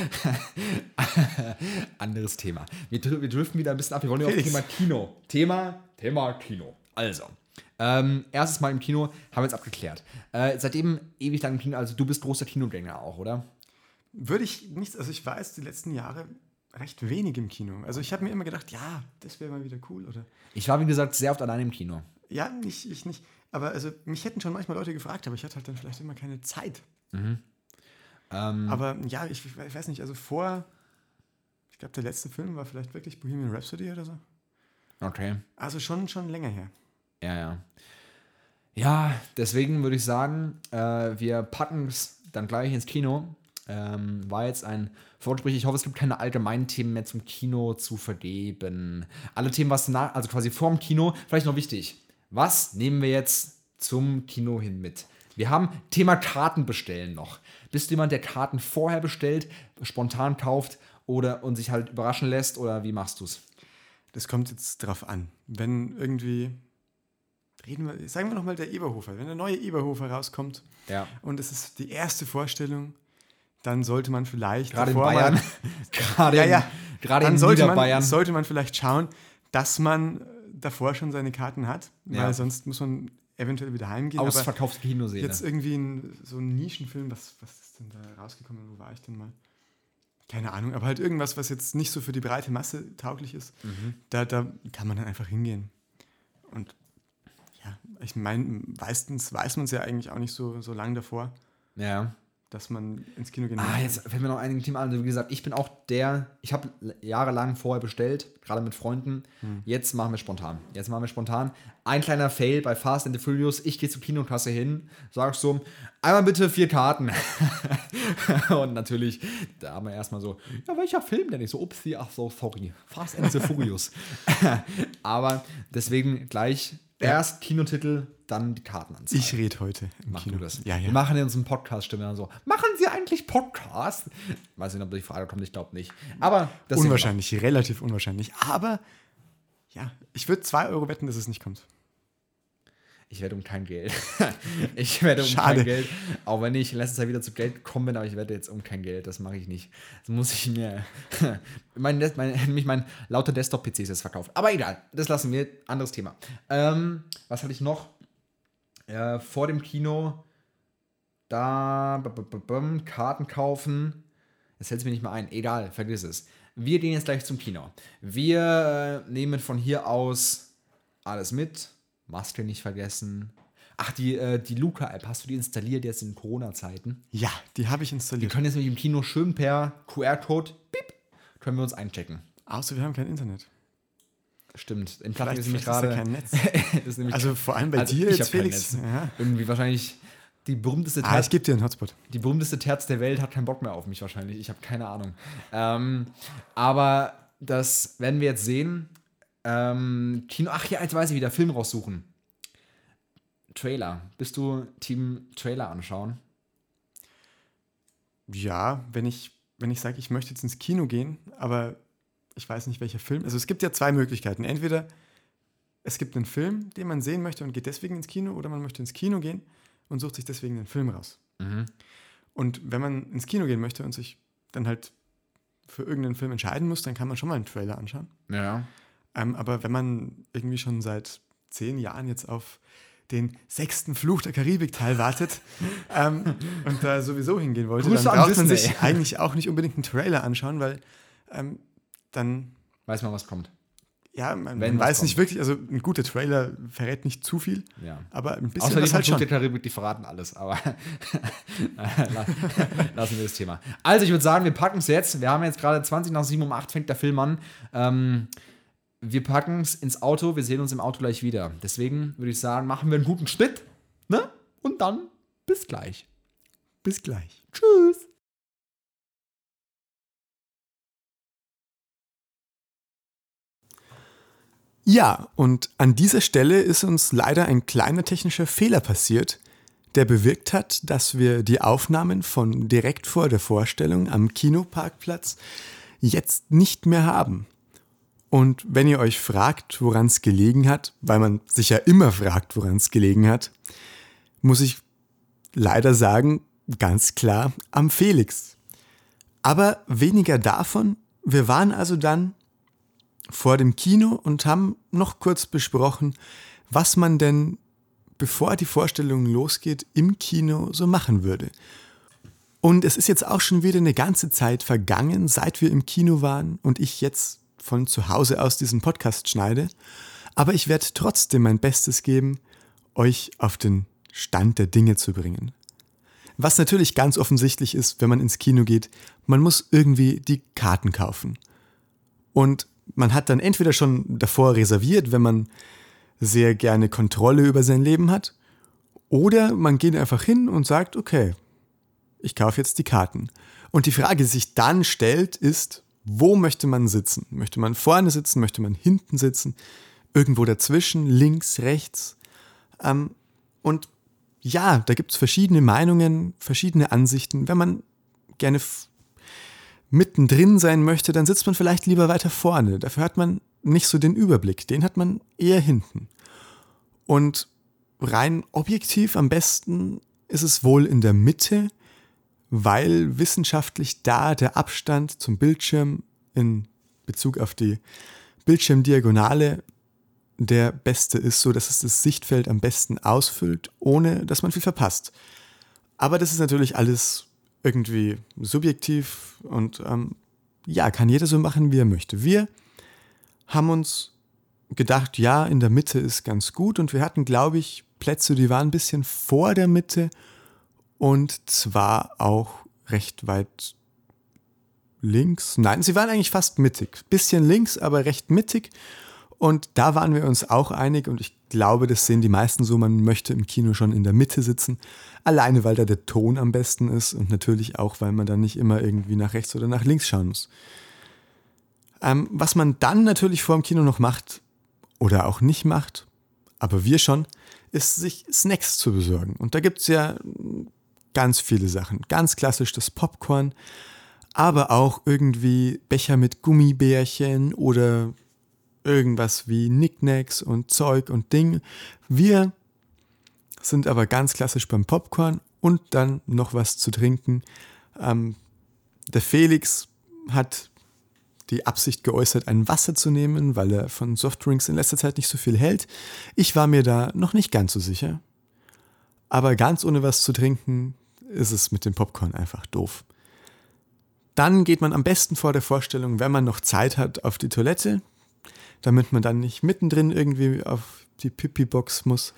Anderes Thema. Wir, dr- wir driften wieder ein bisschen ab. Wir wollen ja auch Felix. Thema Kino. Thema, Thema Kino. Also, ähm, erstes Mal im Kino, haben wir jetzt abgeklärt. Äh, seitdem ewig lang im Kino, also du bist großer Kinogänger auch, oder? Würde ich nichts, also ich weiß, die letzten Jahre recht wenig im Kino. Also ich habe mir immer gedacht, ja, das wäre mal wieder cool, oder? Ich war, wie gesagt, sehr oft alleine im Kino. Ja, ich, ich nicht. Aber also mich hätten schon manchmal Leute gefragt, aber ich hatte halt dann vielleicht immer keine Zeit. Ähm, Aber ja, ich, ich weiß nicht, also vor, ich glaube, der letzte Film war vielleicht wirklich Bohemian Rhapsody oder so. okay. Also schon, schon länger her. Ja, ja. Ja, deswegen würde ich sagen, äh, wir packen es dann gleich ins Kino. Ähm, war jetzt ein Vorgespräch. Ich hoffe, es gibt keine allgemeinen Themen mehr zum Kino zu vergeben. Alle Themen, was nach, also quasi vorm Kino, vielleicht noch wichtig. Was nehmen wir jetzt zum Kino hin mit? Wir haben Thema Karten bestellen noch. Bist du jemand, der Karten vorher bestellt, spontan kauft oder und sich halt überraschen lässt oder wie machst du es? Das kommt jetzt drauf an. Wenn irgendwie, reden wir, sagen wir nochmal der Eberhofer, wenn der neue Eberhofer rauskommt Ja. und es ist die erste Vorstellung, dann sollte man vielleicht Gerade in davor Bayern, mal- gerade ja, in, ja, gerade dann in sollte man, Niederbayern. sollte man vielleicht schauen, dass man äh, davor schon seine Karten hat, Ja. weil sonst muss man eventuell wieder heimgehen. Aber Ausverkaufte Kinoseele. jetzt irgendwie ein, so ein Nischenfilm, was, was ist denn da rausgekommen? Wo war ich denn mal? Keine Ahnung, aber halt irgendwas, was jetzt nicht so für die breite Masse tauglich ist, Mhm. da, da kann man dann einfach hingehen. Und ja, ich meine, meistens weiß man es ja eigentlich auch nicht so, so lange davor, Ja. dass man ins Kino gehen Ah, will. jetzt fällt mir noch ein Thema an. Also wie gesagt, ich bin auch der, ich habe jahrelang vorher bestellt, gerade mit Freunden. Hm. Jetzt machen wir spontan. Jetzt machen wir spontan. Ein kleiner Fail bei Fast and the Furious. Ich gehe zur Kinokasse hin, sag so, einmal bitte vier Karten. Und natürlich, da haben wir erstmal so, ja, welcher Film denn? Ich so, upsie, ach so, sorry. Fast and the Furious. Aber deswegen gleich erst Kinotitel, dann die Karten anzeigen. Ich rede heute im Mach Kino. du das. Ja, ja. Wir machen in unserem Podcast-Stimme dann so. Machen Sie eigentlich Podcast? Weiß nicht, ob die Frage kommt, ich glaube nicht. Aber das sehen wir Unwahrscheinlich, relativ unwahrscheinlich. Aber ja, ich würde zwei Euro wetten, dass es nicht kommt. noch. Ich werde um kein Geld. ich werde um Schade. kein Geld. Auch wenn ich in letzter Zeit wieder zu Geld gekommen bin, aber ich werde jetzt um kein Geld. Das mache ich nicht. Das muss ich mir. mein, mein, nämlich mein lauter Desktop-P C ist jetzt verkauft. Aber egal, das lassen wir. Anderes Thema. Ähm, was hatte ich noch? Äh, vor dem Kino. Da. b- b- b- bum, Karten kaufen. Jetzt fällt es mir nicht mehr ein. Egal, vergiss es. Wir gehen jetzt gleich zum Kino. Wir äh, nehmen von hier aus alles mit. Maske nicht vergessen. Ach, die, äh, die Luca-App, hast du die installiert jetzt in Corona-Zeiten? Ja, die habe ich Wir installiert. können jetzt nämlich im Kino schön per Q R-Code, piep, können wir uns einchecken. Außer wir haben kein Internet. Stimmt. In Plattling Vielleicht, ist nämlich vielleicht ist da gerade. kein Netz. ist nämlich Also vor allem bei Also dir ich jetzt, hab kein Felix. Netz. Ja. irgendwie wahrscheinlich die berühmteste Ah, ich Terz, gebe dir einen Hotspot. die berühmteste Terz der Welt hat keinen Bock mehr auf mich wahrscheinlich. Ich habe keine Ahnung. Ähm, aber das werden wir jetzt sehen. Ähm, Kino, ach ja, jetzt weiß ich wieder, Film raussuchen. Trailer. Bist du Team Trailer anschauen? Ja, wenn ich, wenn ich sage, ich möchte jetzt ins Kino gehen, aber ich weiß nicht, welcher Film. Also es gibt ja zwei Möglichkeiten. Entweder es gibt einen Film, den man sehen möchte und geht deswegen ins Kino, oder man möchte ins Kino gehen und sucht sich deswegen einen Film raus. Mhm. Und wenn man ins Kino gehen möchte und sich dann halt für irgendeinen Film entscheiden muss, dann kann man schon mal einen Trailer anschauen. Ja. Ähm, aber wenn man irgendwie schon seit zehn Jahren jetzt auf den sechsten Fluch der Karibik-Teil wartet ähm, und da sowieso hingehen wollte, Grüße dann an braucht man Disney. sich eigentlich auch nicht unbedingt einen Trailer anschauen, weil ähm, dann, Weiß man, was kommt. ja, man, Wenn man was weiß nicht kommt. wirklich, also ein guter Trailer verrät nicht zu viel, Ja. aber ein bisschen Außer die was halt Fluch schon. der Karibik, die verraten alles, aber lassen wir das Thema. Also ich würde sagen, wir packen es jetzt. Wir haben jetzt gerade zwanzig nach sieben, um acht fängt der Film an. Ähm, wir packen es ins Auto, wir sehen uns im Auto gleich wieder. Deswegen würde ich sagen, machen wir einen guten Schnitt, ne? Und dann bis gleich. Bis gleich. Tschüss. Ja, und an dieser Stelle ist uns leider ein kleiner technischer Fehler passiert, der bewirkt hat, dass wir die Aufnahmen von direkt vor der Vorstellung am Kinoparkplatz jetzt nicht mehr haben. Und wenn ihr euch fragt, woran es gelegen hat, weil man sich ja immer fragt, woran es gelegen hat, muss ich leider sagen, ganz klar am Felix. Aber weniger davon, wir waren also dann vor dem Kino und haben noch kurz besprochen, was man denn, bevor die Vorstellung losgeht, im Kino so machen würde. Und es ist jetzt auch schon wieder eine ganze Zeit vergangen, seit wir im Kino waren und ich jetzt von zu Hause aus diesen Podcast schneide. Aber ich werde trotzdem mein Bestes geben, euch auf den Stand der Dinge zu bringen. Was natürlich ganz offensichtlich ist, wenn man ins Kino geht, man muss irgendwie die Karten kaufen. Und man hat dann entweder schon davor reserviert, wenn man sehr gerne Kontrolle über sein Leben hat, oder man geht einfach hin und sagt, okay, ich kaufe jetzt die Karten. Und die Frage, die sich dann stellt, ist, wo möchte man sitzen? Möchte man vorne sitzen? Möchte man hinten sitzen? Irgendwo dazwischen? Links, rechts? Ähm, und ja, da gibt es verschiedene Meinungen, verschiedene Ansichten. Wenn man gerne f- mittendrin sein möchte, dann sitzt man vielleicht lieber weiter vorne. Dafür hat man nicht so den Überblick. Den hat man eher hinten. Und rein objektiv am besten ist es wohl in der Mitte, weil wissenschaftlich da der Abstand zum Bildschirm in Bezug auf die Bildschirmdiagonale der beste ist, so dass es das Sichtfeld am besten ausfüllt, ohne dass man viel verpasst. Aber das ist natürlich alles irgendwie subjektiv und ähm, ja, kann jeder so machen, wie er möchte. Wir haben uns gedacht, ja, in der Mitte ist ganz gut und wir hatten, glaube ich, Plätze, die waren ein bisschen vor der Mitte und zwar auch recht weit links. Nein, sie waren eigentlich fast mittig. Bisschen links, aber recht mittig. Und da waren wir uns auch einig und ich glaube, das sehen die meisten so, man möchte im Kino schon in der Mitte sitzen. Alleine, weil da der Ton am besten ist und natürlich auch, weil man dann nicht immer irgendwie nach rechts oder nach links schauen muss. Ähm, was man dann natürlich vor dem Kino noch macht oder auch nicht macht, aber wir schon, ist sich Snacks zu besorgen. Und da gibt es ja ganz viele Sachen. Ganz klassisch das Popcorn, aber auch irgendwie Becher mit Gummibärchen oder irgendwas wie Knickknacks und Zeug und Ding. Wir sind aber ganz klassisch beim Popcorn und dann noch was zu trinken. Ähm, der Felix hat die Absicht geäußert, ein Wasser zu nehmen, weil er von Softdrinks in letzter Zeit nicht so viel hält. Ich war mir da noch nicht ganz so sicher. Aber ganz ohne was zu trinken ist es mit dem Popcorn einfach doof. Dann geht man am besten vor der Vorstellung, wenn man noch Zeit hat, auf die Toilette, damit man dann nicht mittendrin irgendwie auf die Pipi-Box muss.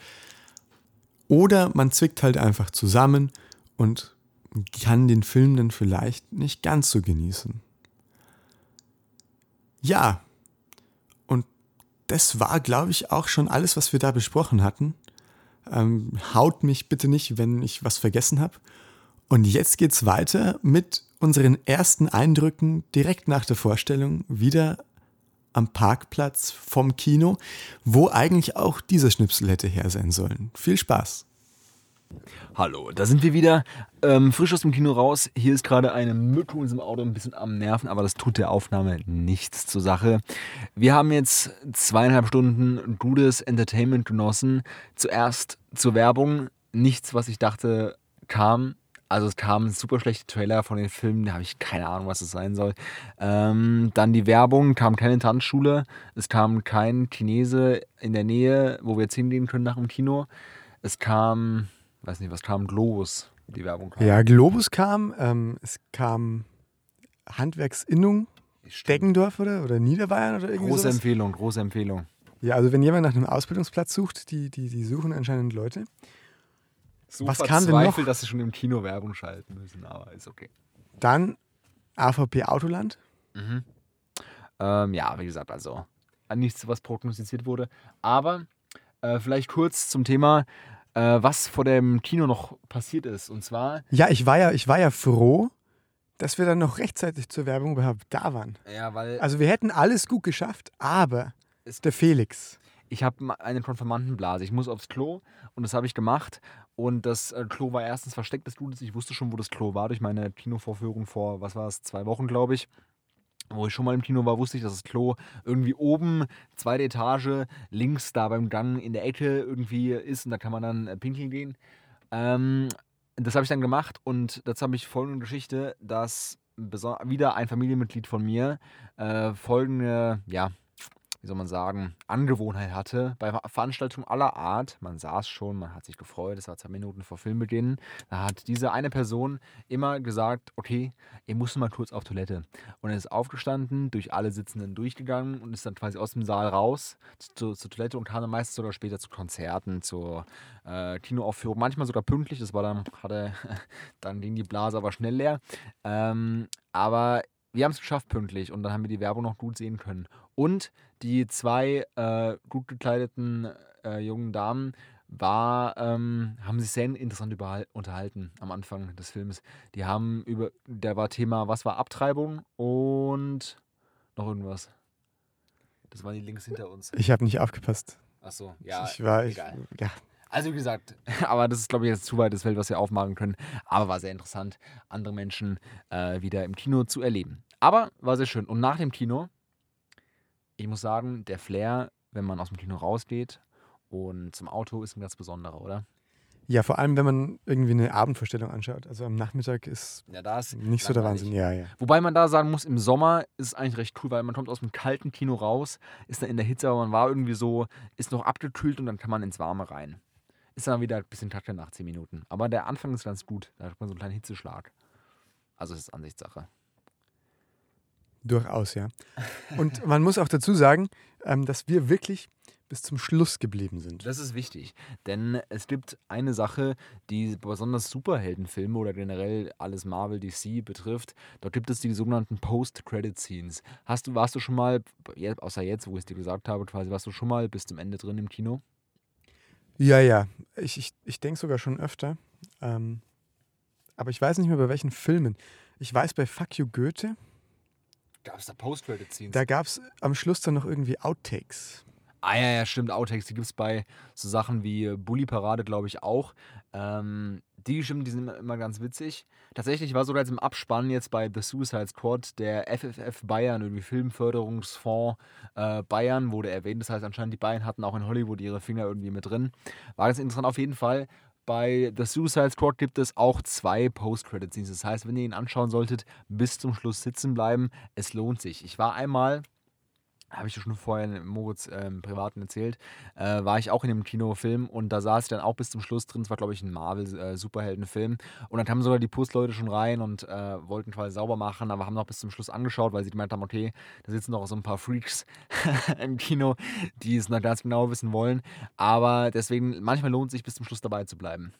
Oder man zwickt halt einfach zusammen und kann den Film dann vielleicht nicht ganz so genießen. Ja, und das war, glaube ich, auch schon alles, was wir da besprochen hatten. Ähm, haut mich bitte nicht, wenn ich was vergessen habe. Und jetzt geht's weiter mit unseren ersten Eindrücken direkt nach der Vorstellung wieder am Parkplatz vom Kino, wo eigentlich auch dieser Schnipsel hätte her sein sollen. Viel Spaß! Hallo, da sind wir wieder, ähm, frisch aus dem Kino raus. Hier ist gerade eine Mücke in unserem Auto ein bisschen am Nerven, aber das tut der Aufnahme nichts zur Sache. Wir haben jetzt zweieinhalb Stunden gutes Entertainment genossen. Zuerst zur Werbung, nichts, was ich dachte, kam. Also es kamen super schlechte Trailer von den Filmen, da habe ich keine Ahnung, was es sein soll. Ähm, dann die Werbung, kam keine Tanzschule, es kam kein Chinese in der Nähe, wo wir jetzt hingehen können nach dem Kino. Es kam, weiß nicht, was kam, Globus, die Werbung kam. Ja, Globus kam, ähm, es kam Handwerksinnung, Deggendorf oder, oder Niederbayern oder irgendwie Große sowas. Empfehlung, große Empfehlung. Ja, also wenn jemand nach einem Ausbildungsplatz sucht, die, die, die suchen anscheinend Leute. So Was kam denn noch? verzweifelt, dass sie schon im Kino Werbung schalten müssen, aber ist okay. Dann A V P Autoland. Mhm. Ähm, ja, wie gesagt, also nichts, was prognostiziert wurde. Aber äh, vielleicht kurz zum Thema. äh, was vor dem Kino noch passiert ist. Und zwar... Ja, ich war ja, ich war ja froh, dass wir dann noch rechtzeitig zur Werbung überhaupt da waren. Ja, weil... Also wir hätten alles gut geschafft, aber Es- der Felix. Ich habe eine Konfirmandenblase. Ich muss aufs Klo und das habe ich gemacht. Und das äh, Klo war erstens versteckt des Blutes. Ich wusste schon, wo das Klo war durch meine Kinovorführung vor, was war es, zwei Wochen, glaube ich. Wo ich schon mal im Kino war, wusste ich, dass das Klo irgendwie oben, zweite Etage, links da beim Gang in der Ecke irgendwie ist. Und da kann man dann äh, pinkeln gehen. Ähm, das habe ich dann gemacht und dazu habe ich folgende Geschichte, dass beso- wieder ein Familienmitglied von mir äh, folgende, ja, wie soll man sagen, Angewohnheit hatte, bei Ver- Veranstaltungen aller Art, man saß schon, man hat sich gefreut, es war zwei Minuten vor Filmbeginn, da hat diese eine Person immer gesagt, okay, ich muss mal kurz auf Toilette. Und er ist aufgestanden, durch alle Sitzenden durchgegangen und ist dann quasi aus dem Saal raus zu, zur Toilette und kam dann meistens sogar später zu Konzerten, zur äh, Kinoaufführung, manchmal sogar pünktlich, das war dann, hatte, dann ging die Blase aber schnell leer. Ähm, aber wir haben es geschafft pünktlich und dann haben wir die Werbung noch gut sehen können. Und die zwei äh, gut gekleideten äh, jungen Damen war, ähm, haben sich sehr interessant überhal- unterhalten am Anfang des Films. Die haben über, da war Thema, was war Abtreibung und noch irgendwas. Das waren die links hinter uns. Ich habe nicht aufgepasst. Achso, ja, ich war, ich, egal. ja. Also wie gesagt, aber das ist, glaube ich, jetzt zu weites Feld, was wir aufmachen können. Aber war sehr interessant, andere Menschen äh, wieder im Kino zu erleben. Aber war sehr schön. Und nach dem Kino, ich muss sagen, der Flair, wenn man aus dem Kino rausgeht und zum Auto, ist ein ganz besonderer, oder? Ja, vor allem, wenn man irgendwie eine Abendvorstellung anschaut. Also am Nachmittag ist Ja, da ist nicht so der langweilig. Wahnsinn. Ja, ja. Wobei man da sagen muss, im Sommer ist es eigentlich recht cool, weil man kommt aus dem kalten Kino raus, ist dann in der Hitze, aber man war irgendwie so, ist noch abgekühlt und dann kann man ins Warme rein. Ist dann wieder ein bisschen kacke nach zehn Minuten. Aber der Anfang ist ganz gut. Da hat man so einen kleinen Hitzeschlag. Also es ist Ansichtssache. Durchaus, ja. Und man muss auch dazu sagen, ähm, dass wir wirklich bis zum Schluss geblieben sind. Das ist wichtig, denn es gibt eine Sache, die besonders Superheldenfilme oder generell alles Marvel, D C betrifft. Dort gibt es die sogenannten Post-Credit-Scenes. Hast du, warst du schon mal, außer jetzt, wo ich es dir gesagt habe, quasi, warst du schon mal bis zum Ende drin im Kino? Ja, ja. Ich, ich, ich denke sogar schon öfter. Ähm, aber ich weiß nicht mehr, bei welchen Filmen. Ich weiß, bei Fuck You Goethe, Gab es da Post-Credit-Scenes? da gab es am Schluss dann noch irgendwie Outtakes. Ah ja, ja, stimmt, Outtakes, die gibt es bei so Sachen wie Bully Parade, glaube ich, auch. Ähm, die stimmt, die sind immer, immer ganz witzig. Tatsächlich war sogar jetzt im Abspann jetzt bei The Suicide Squad der F F F Bayern, irgendwie Filmförderungsfonds äh, Bayern, wurde erwähnt. Das heißt, anscheinend die Bayern hatten auch in Hollywood ihre Finger irgendwie mit drin. War ganz interessant auf jeden Fall. Bei The Suicide Squad gibt es auch zwei Post-Credit-Scenes. Das heißt, wenn ihr ihn anschauen solltet, bis zum Schluss sitzen bleiben. Es lohnt sich. Ich war einmal, habe ich ja schon vorher Moritz ähm, Privaten erzählt, äh, war ich auch in dem Kinofilm und da saß ich dann auch bis zum Schluss drin. Es war, glaube ich, ein Marvel-Superheldenfilm. Und dann kamen sogar die Putzleute schon rein und äh, wollten quasi sauber machen, aber haben noch bis zum Schluss angeschaut, weil sie gemeint haben, okay, da sitzen noch so ein paar Freaks im Kino, die es noch ganz genau wissen wollen. Aber deswegen, manchmal lohnt es sich, bis zum Schluss dabei zu bleiben.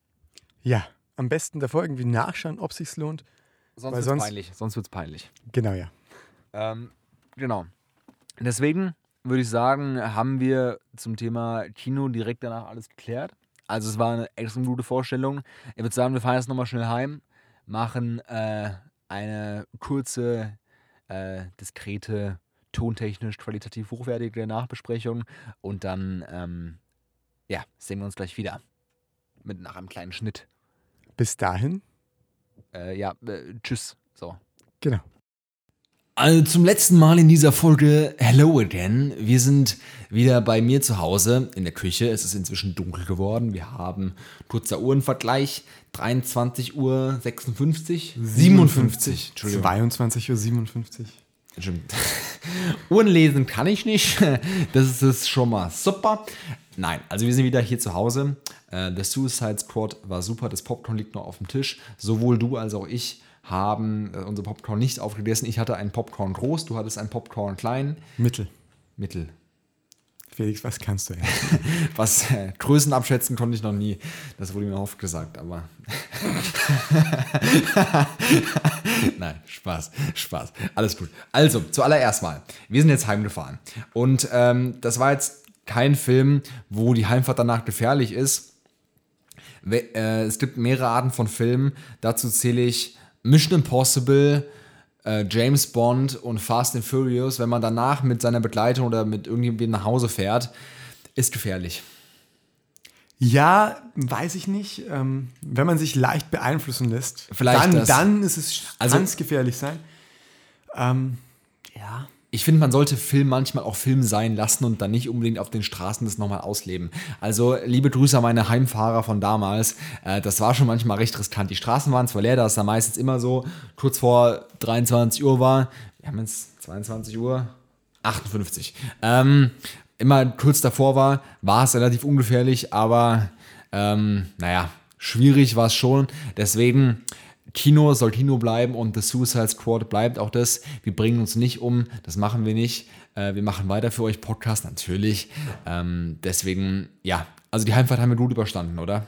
Ja, am besten davor irgendwie nachschauen, ob es sich lohnt. Sonst Weil wird es sonst- peinlich. Sonst wird's peinlich. Genau, ja. Ähm, genau. Deswegen würde ich sagen, haben wir zum Thema Kino direkt danach alles geklärt. Also es war eine extrem gute Vorstellung. Ich würde sagen, wir fahren jetzt nochmal schnell heim, machen äh, eine kurze, äh, diskrete, tontechnisch qualitativ hochwertige Nachbesprechung und dann ähm, ja, sehen wir uns gleich wieder. Mit nach einem kleinen Schnitt. Bis dahin, Äh, ja, äh, tschüss. So. genau. Also zum letzten Mal in dieser Folge Hello again. Wir sind wieder bei mir zu Hause in der Küche. Es ist inzwischen dunkel geworden. Wir haben kurzer Uhrenvergleich. dreiundzwanzig Uhr sechsundfünfzig. siebenundfünfzig. Entschuldigung. zweiundzwanzig Uhr siebenundfünfzig. Stimmt. Uhren lesen kann ich nicht. Das ist schon mal super. Nein, also wir sind wieder hier zu Hause. Äh, The Suicide Squad war super. Das Popcorn liegt noch auf dem Tisch. Sowohl du als auch ich haben äh, unser Popcorn nicht aufgegessen. Ich hatte einen Popcorn groß, du hattest einen Popcorn klein. Mittel. Mittel. Felix, was kannst du? Ja? Was äh, Größen abschätzen konnte ich noch nie. Das wurde mir oft gesagt, aber. Nein, Spaß, Spaß. Alles gut. Also, zuallererst mal. Wir sind jetzt heimgefahren. Und ähm, das war jetzt kein Film, wo die Heimfahrt danach gefährlich ist. We- äh, es gibt mehrere Arten von Filmen. Dazu zähle ich Mission Impossible, äh, James Bond und Fast and Furious. Wenn man danach mit seiner Begleitung oder mit irgendjemandem nach Hause fährt, ist gefährlich. Ja, weiß ich nicht. Ähm, wenn man sich leicht beeinflussen lässt, Vielleicht dann, das. dann ist es Also- kann es gefährlich sein. Ähm, ja. Ich finde, man sollte Film manchmal auch Film sein lassen und dann nicht unbedingt auf den Straßen das nochmal ausleben. Also liebe Grüße an meine Heimfahrer von damals. Äh, das war schon manchmal recht riskant. Die Straßen waren zwar leer, da es da meistens immer so kurz vor dreiundzwanzig Uhr war. Wir haben jetzt zweiundzwanzig Uhr achtundfünfzig. Ähm, immer kurz davor war, war es relativ ungefährlich, aber ähm, naja, schwierig war es schon. Deswegen, Kino soll Kino bleiben und The Suicide Squad bleibt auch das. Wir bringen uns nicht um, das machen wir nicht. Äh, wir machen weiter für euch Podcast, natürlich. Ähm, deswegen, ja, also die Heimfahrt haben wir gut überstanden, oder?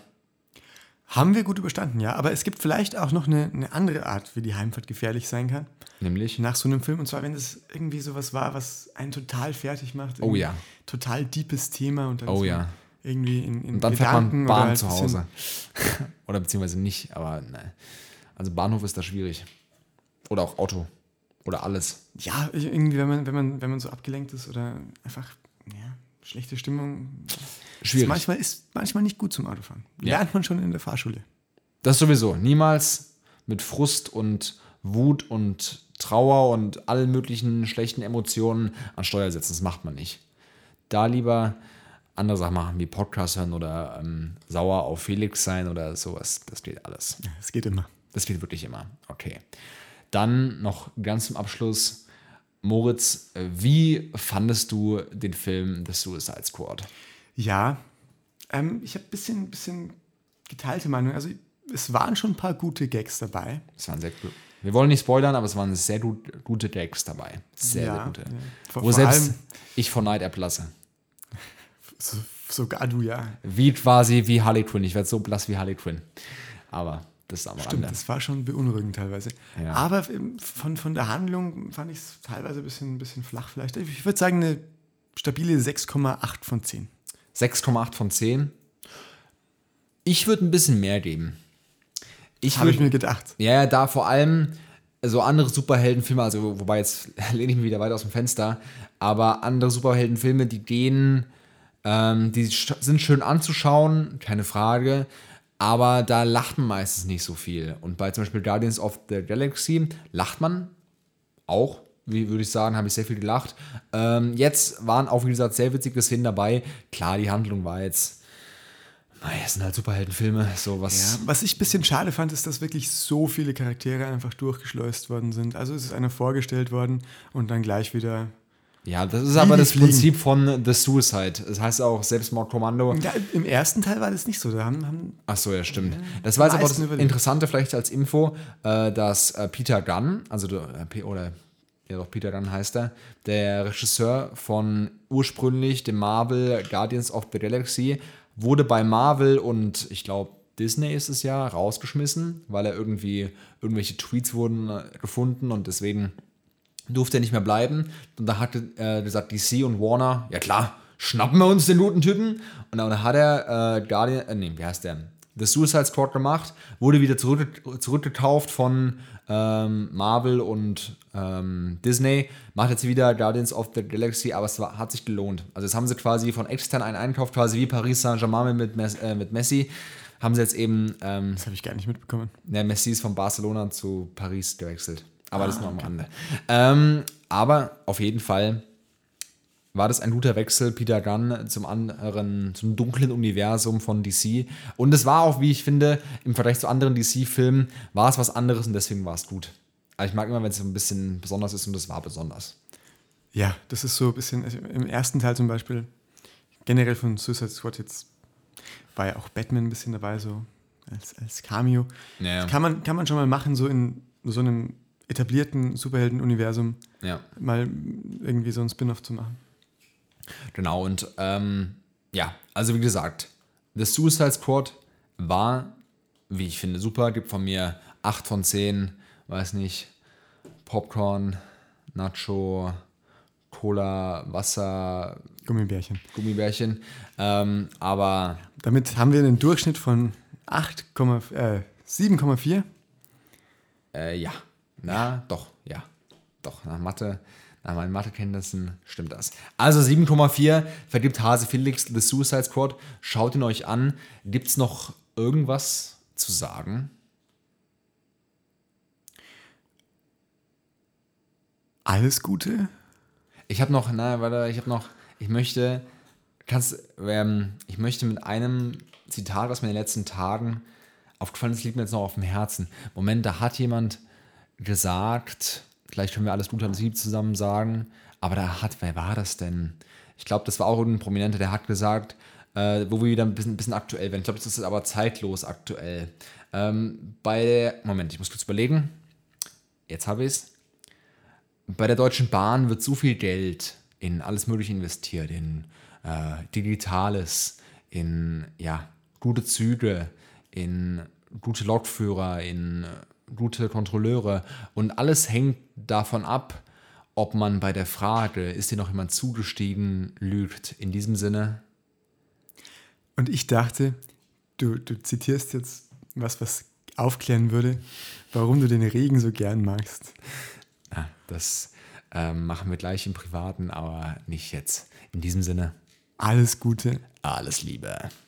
Haben wir gut überstanden, ja. Aber es gibt vielleicht auch noch eine, eine andere Art, wie die Heimfahrt gefährlich sein kann. Nämlich? Nach so einem Film. Und zwar, wenn es irgendwie sowas war, was einen total fertig macht. Oh ja. Total deepes Thema. Und dann Oh so ja. irgendwie in, in Und dann fährt man Gedanken Bahn oder halt zu ein Hause. Oder beziehungsweise nicht, aber nein. Also Bahnhof ist da schwierig. Oder auch Auto. Oder alles. Ja, irgendwie, wenn man, wenn man, wenn man so abgelenkt ist oder einfach ja, schlechte Stimmung. Schwierig. Ist manchmal ist manchmal nicht gut zum Autofahren. Ja. Lernt man schon in der Fahrschule. Das sowieso. Niemals mit Frust und Wut und Trauer und allen möglichen schlechten Emotionen an Steuer setzen. Das macht man nicht. Da lieber andere Sachen machen, wie Podcast hören oder ähm, sauer auf Felix sein oder sowas. Das geht alles. Ja, es geht immer. Das geht wirklich immer. Okay. Dann noch ganz zum Abschluss. Moritz, äh, wie fandest du den Film The Suicide Squad? Ja, ähm, ich habe ein bisschen, bisschen geteilte Meinung. Also es waren schon ein paar gute Gags dabei. Es waren sehr gut. Wir wollen nicht spoilern, aber es waren sehr gut, gute Gags dabei. Sehr, Ja, sehr gute. ja. Vor- Wo vor selbst allem- ich vor Neid erblasse. So, sogar du, ja. Wie quasi wie Harley Quinn. Ich werde so blass wie Harley Quinn. Aber das ist am Stimmt, Rande. das war schon beunruhigend teilweise. Ja. Aber ähm, von, von der Handlung fand ich es teilweise ein bisschen, ein bisschen flach vielleicht. Ich würde sagen, eine stabile sechs Komma acht von zehn. sechs Komma acht von zehn. Ich würde ein bisschen mehr geben. Ich Habe ich würd- mir gedacht. Ja, ja, da vor allem so andere Superheldenfilme, also wobei jetzt lehne ich mich wieder weiter aus dem Fenster, aber andere Superheldenfilme, die gehen, ähm, die sch- sind schön anzuschauen, keine Frage, aber da lacht man meistens nicht so viel. Und bei zum Beispiel Guardians of the Galaxy lacht man auch, wie würde ich sagen, habe ich sehr viel gelacht. Ähm, jetzt waren auch, wie gesagt, sehr witzige Szenen dabei. Klar, die Handlung war jetzt, naja, es sind halt Superheldenfilme, so was. Ja, was ich ein bisschen schade fand, ist, dass wirklich so viele Charaktere einfach durchgeschleust worden sind. Also es ist einer vorgestellt worden und dann gleich wieder. Ja, das ist aber das fliegen. Prinzip von The Suicide. Das heißt auch Selbstmordkommando. Ja, im ersten Teil war das nicht so. Da haben, haben Ach so, ja, stimmt. Das war jetzt aber das meisten überlebt. Interessante vielleicht als Info, äh, dass äh, Peter Gunn, also der, äh, P- oder ja doch Peter Gunn heißt er, der Regisseur von ursprünglich dem Marvel Guardians of the Galaxy, wurde bei Marvel und ich glaube Disney ist es ja rausgeschmissen, weil er irgendwie irgendwelche Tweets wurden äh, gefunden und deswegen durfte er nicht mehr bleiben. Und da hat äh, gesagt, D C und Warner, ja klar, schnappen wir uns den guten Typen. Und dann hat er äh, Guardian, äh, nee, wie heißt der? The Suicide Squad gemacht, wurde wieder zurück, zurückgekauft von ähm, Marvel und ähm, Disney, macht jetzt wieder Guardians of the Galaxy, aber es war, hat sich gelohnt. Also jetzt haben sie quasi von extern einen Einkauf, quasi wie Paris Saint-Germain mit, Mes- äh, mit Messi, haben sie jetzt eben, ähm, das habe ich gar nicht mitbekommen. ja, Messi ist von Barcelona zu Paris gewechselt. Aber das nur am Rande. Ähm, aber auf jeden Fall war das ein guter Wechsel, Peter Gunn zum anderen, zum dunklen Universum von D C. Und es war auch, wie ich finde, im Vergleich zu anderen D C-Filmen, war es was anderes und deswegen war es gut. Also ich mag immer, wenn es so ein bisschen besonders ist und das war besonders. Ja, das ist so ein bisschen, also im ersten Teil zum Beispiel, generell von Suicide Squad jetzt, war ja auch Batman ein bisschen dabei, so als, als Cameo. Ja, ja. Kann man, kann man schon mal machen, so in so einem etablierten Superhelden-Universum Ja. mal irgendwie so ein Spin-off zu machen. Genau, und ähm, ja, also wie gesagt, The Suicide Squad war, wie ich finde, super. Gibt von mir acht von zehn, weiß nicht, Popcorn, Nacho, Cola, Wasser, Gummibärchen. Gummibärchen. Ähm, aber Damit haben wir einen Durchschnitt von acht, äh, sieben Komma vier? Äh, ja. Na, doch, ja. Doch, nach Mathe, nach meinen Mathekenntnissen stimmt das. Also sieben Komma vier vergibt Hase Felix The Suicide Squad. Schaut ihn euch an. Gibt es noch irgendwas zu sagen? Alles Gute? Ich habe noch, na, warte, ich habe noch, ich möchte, kannst, ähm, ich möchte mit einem Zitat, was mir in den letzten Tagen aufgefallen ist, liegt mir jetzt noch auf dem Herzen. Moment, da hat jemand gesagt, vielleicht können wir alles Gute am Sieg zusammen sagen, aber da hat, wer war das denn? Ich glaube, das war auch ein Prominenter, der hat gesagt, äh, wo wir wieder ein bisschen, ein bisschen aktuell werden. Ich glaube, das ist aber zeitlos aktuell. Ähm, bei, Moment, ich muss kurz überlegen. Jetzt habe ich es. Bei der Deutschen Bahn wird so viel Geld in alles Mögliche investiert, in äh, Digitales, in ja, gute Züge, in gute Lokführer, in gute Kontrolleure und alles hängt davon ab, ob man bei der Frage, ist dir noch jemand zugestiegen, lügt. In diesem Sinne. Und ich dachte, du, du zitierst jetzt was, was aufklären würde, warum du den Regen so gern magst. Ah, das ähm, machen wir gleich im Privaten, aber nicht jetzt. In diesem Sinne. Alles Gute. Alles Liebe.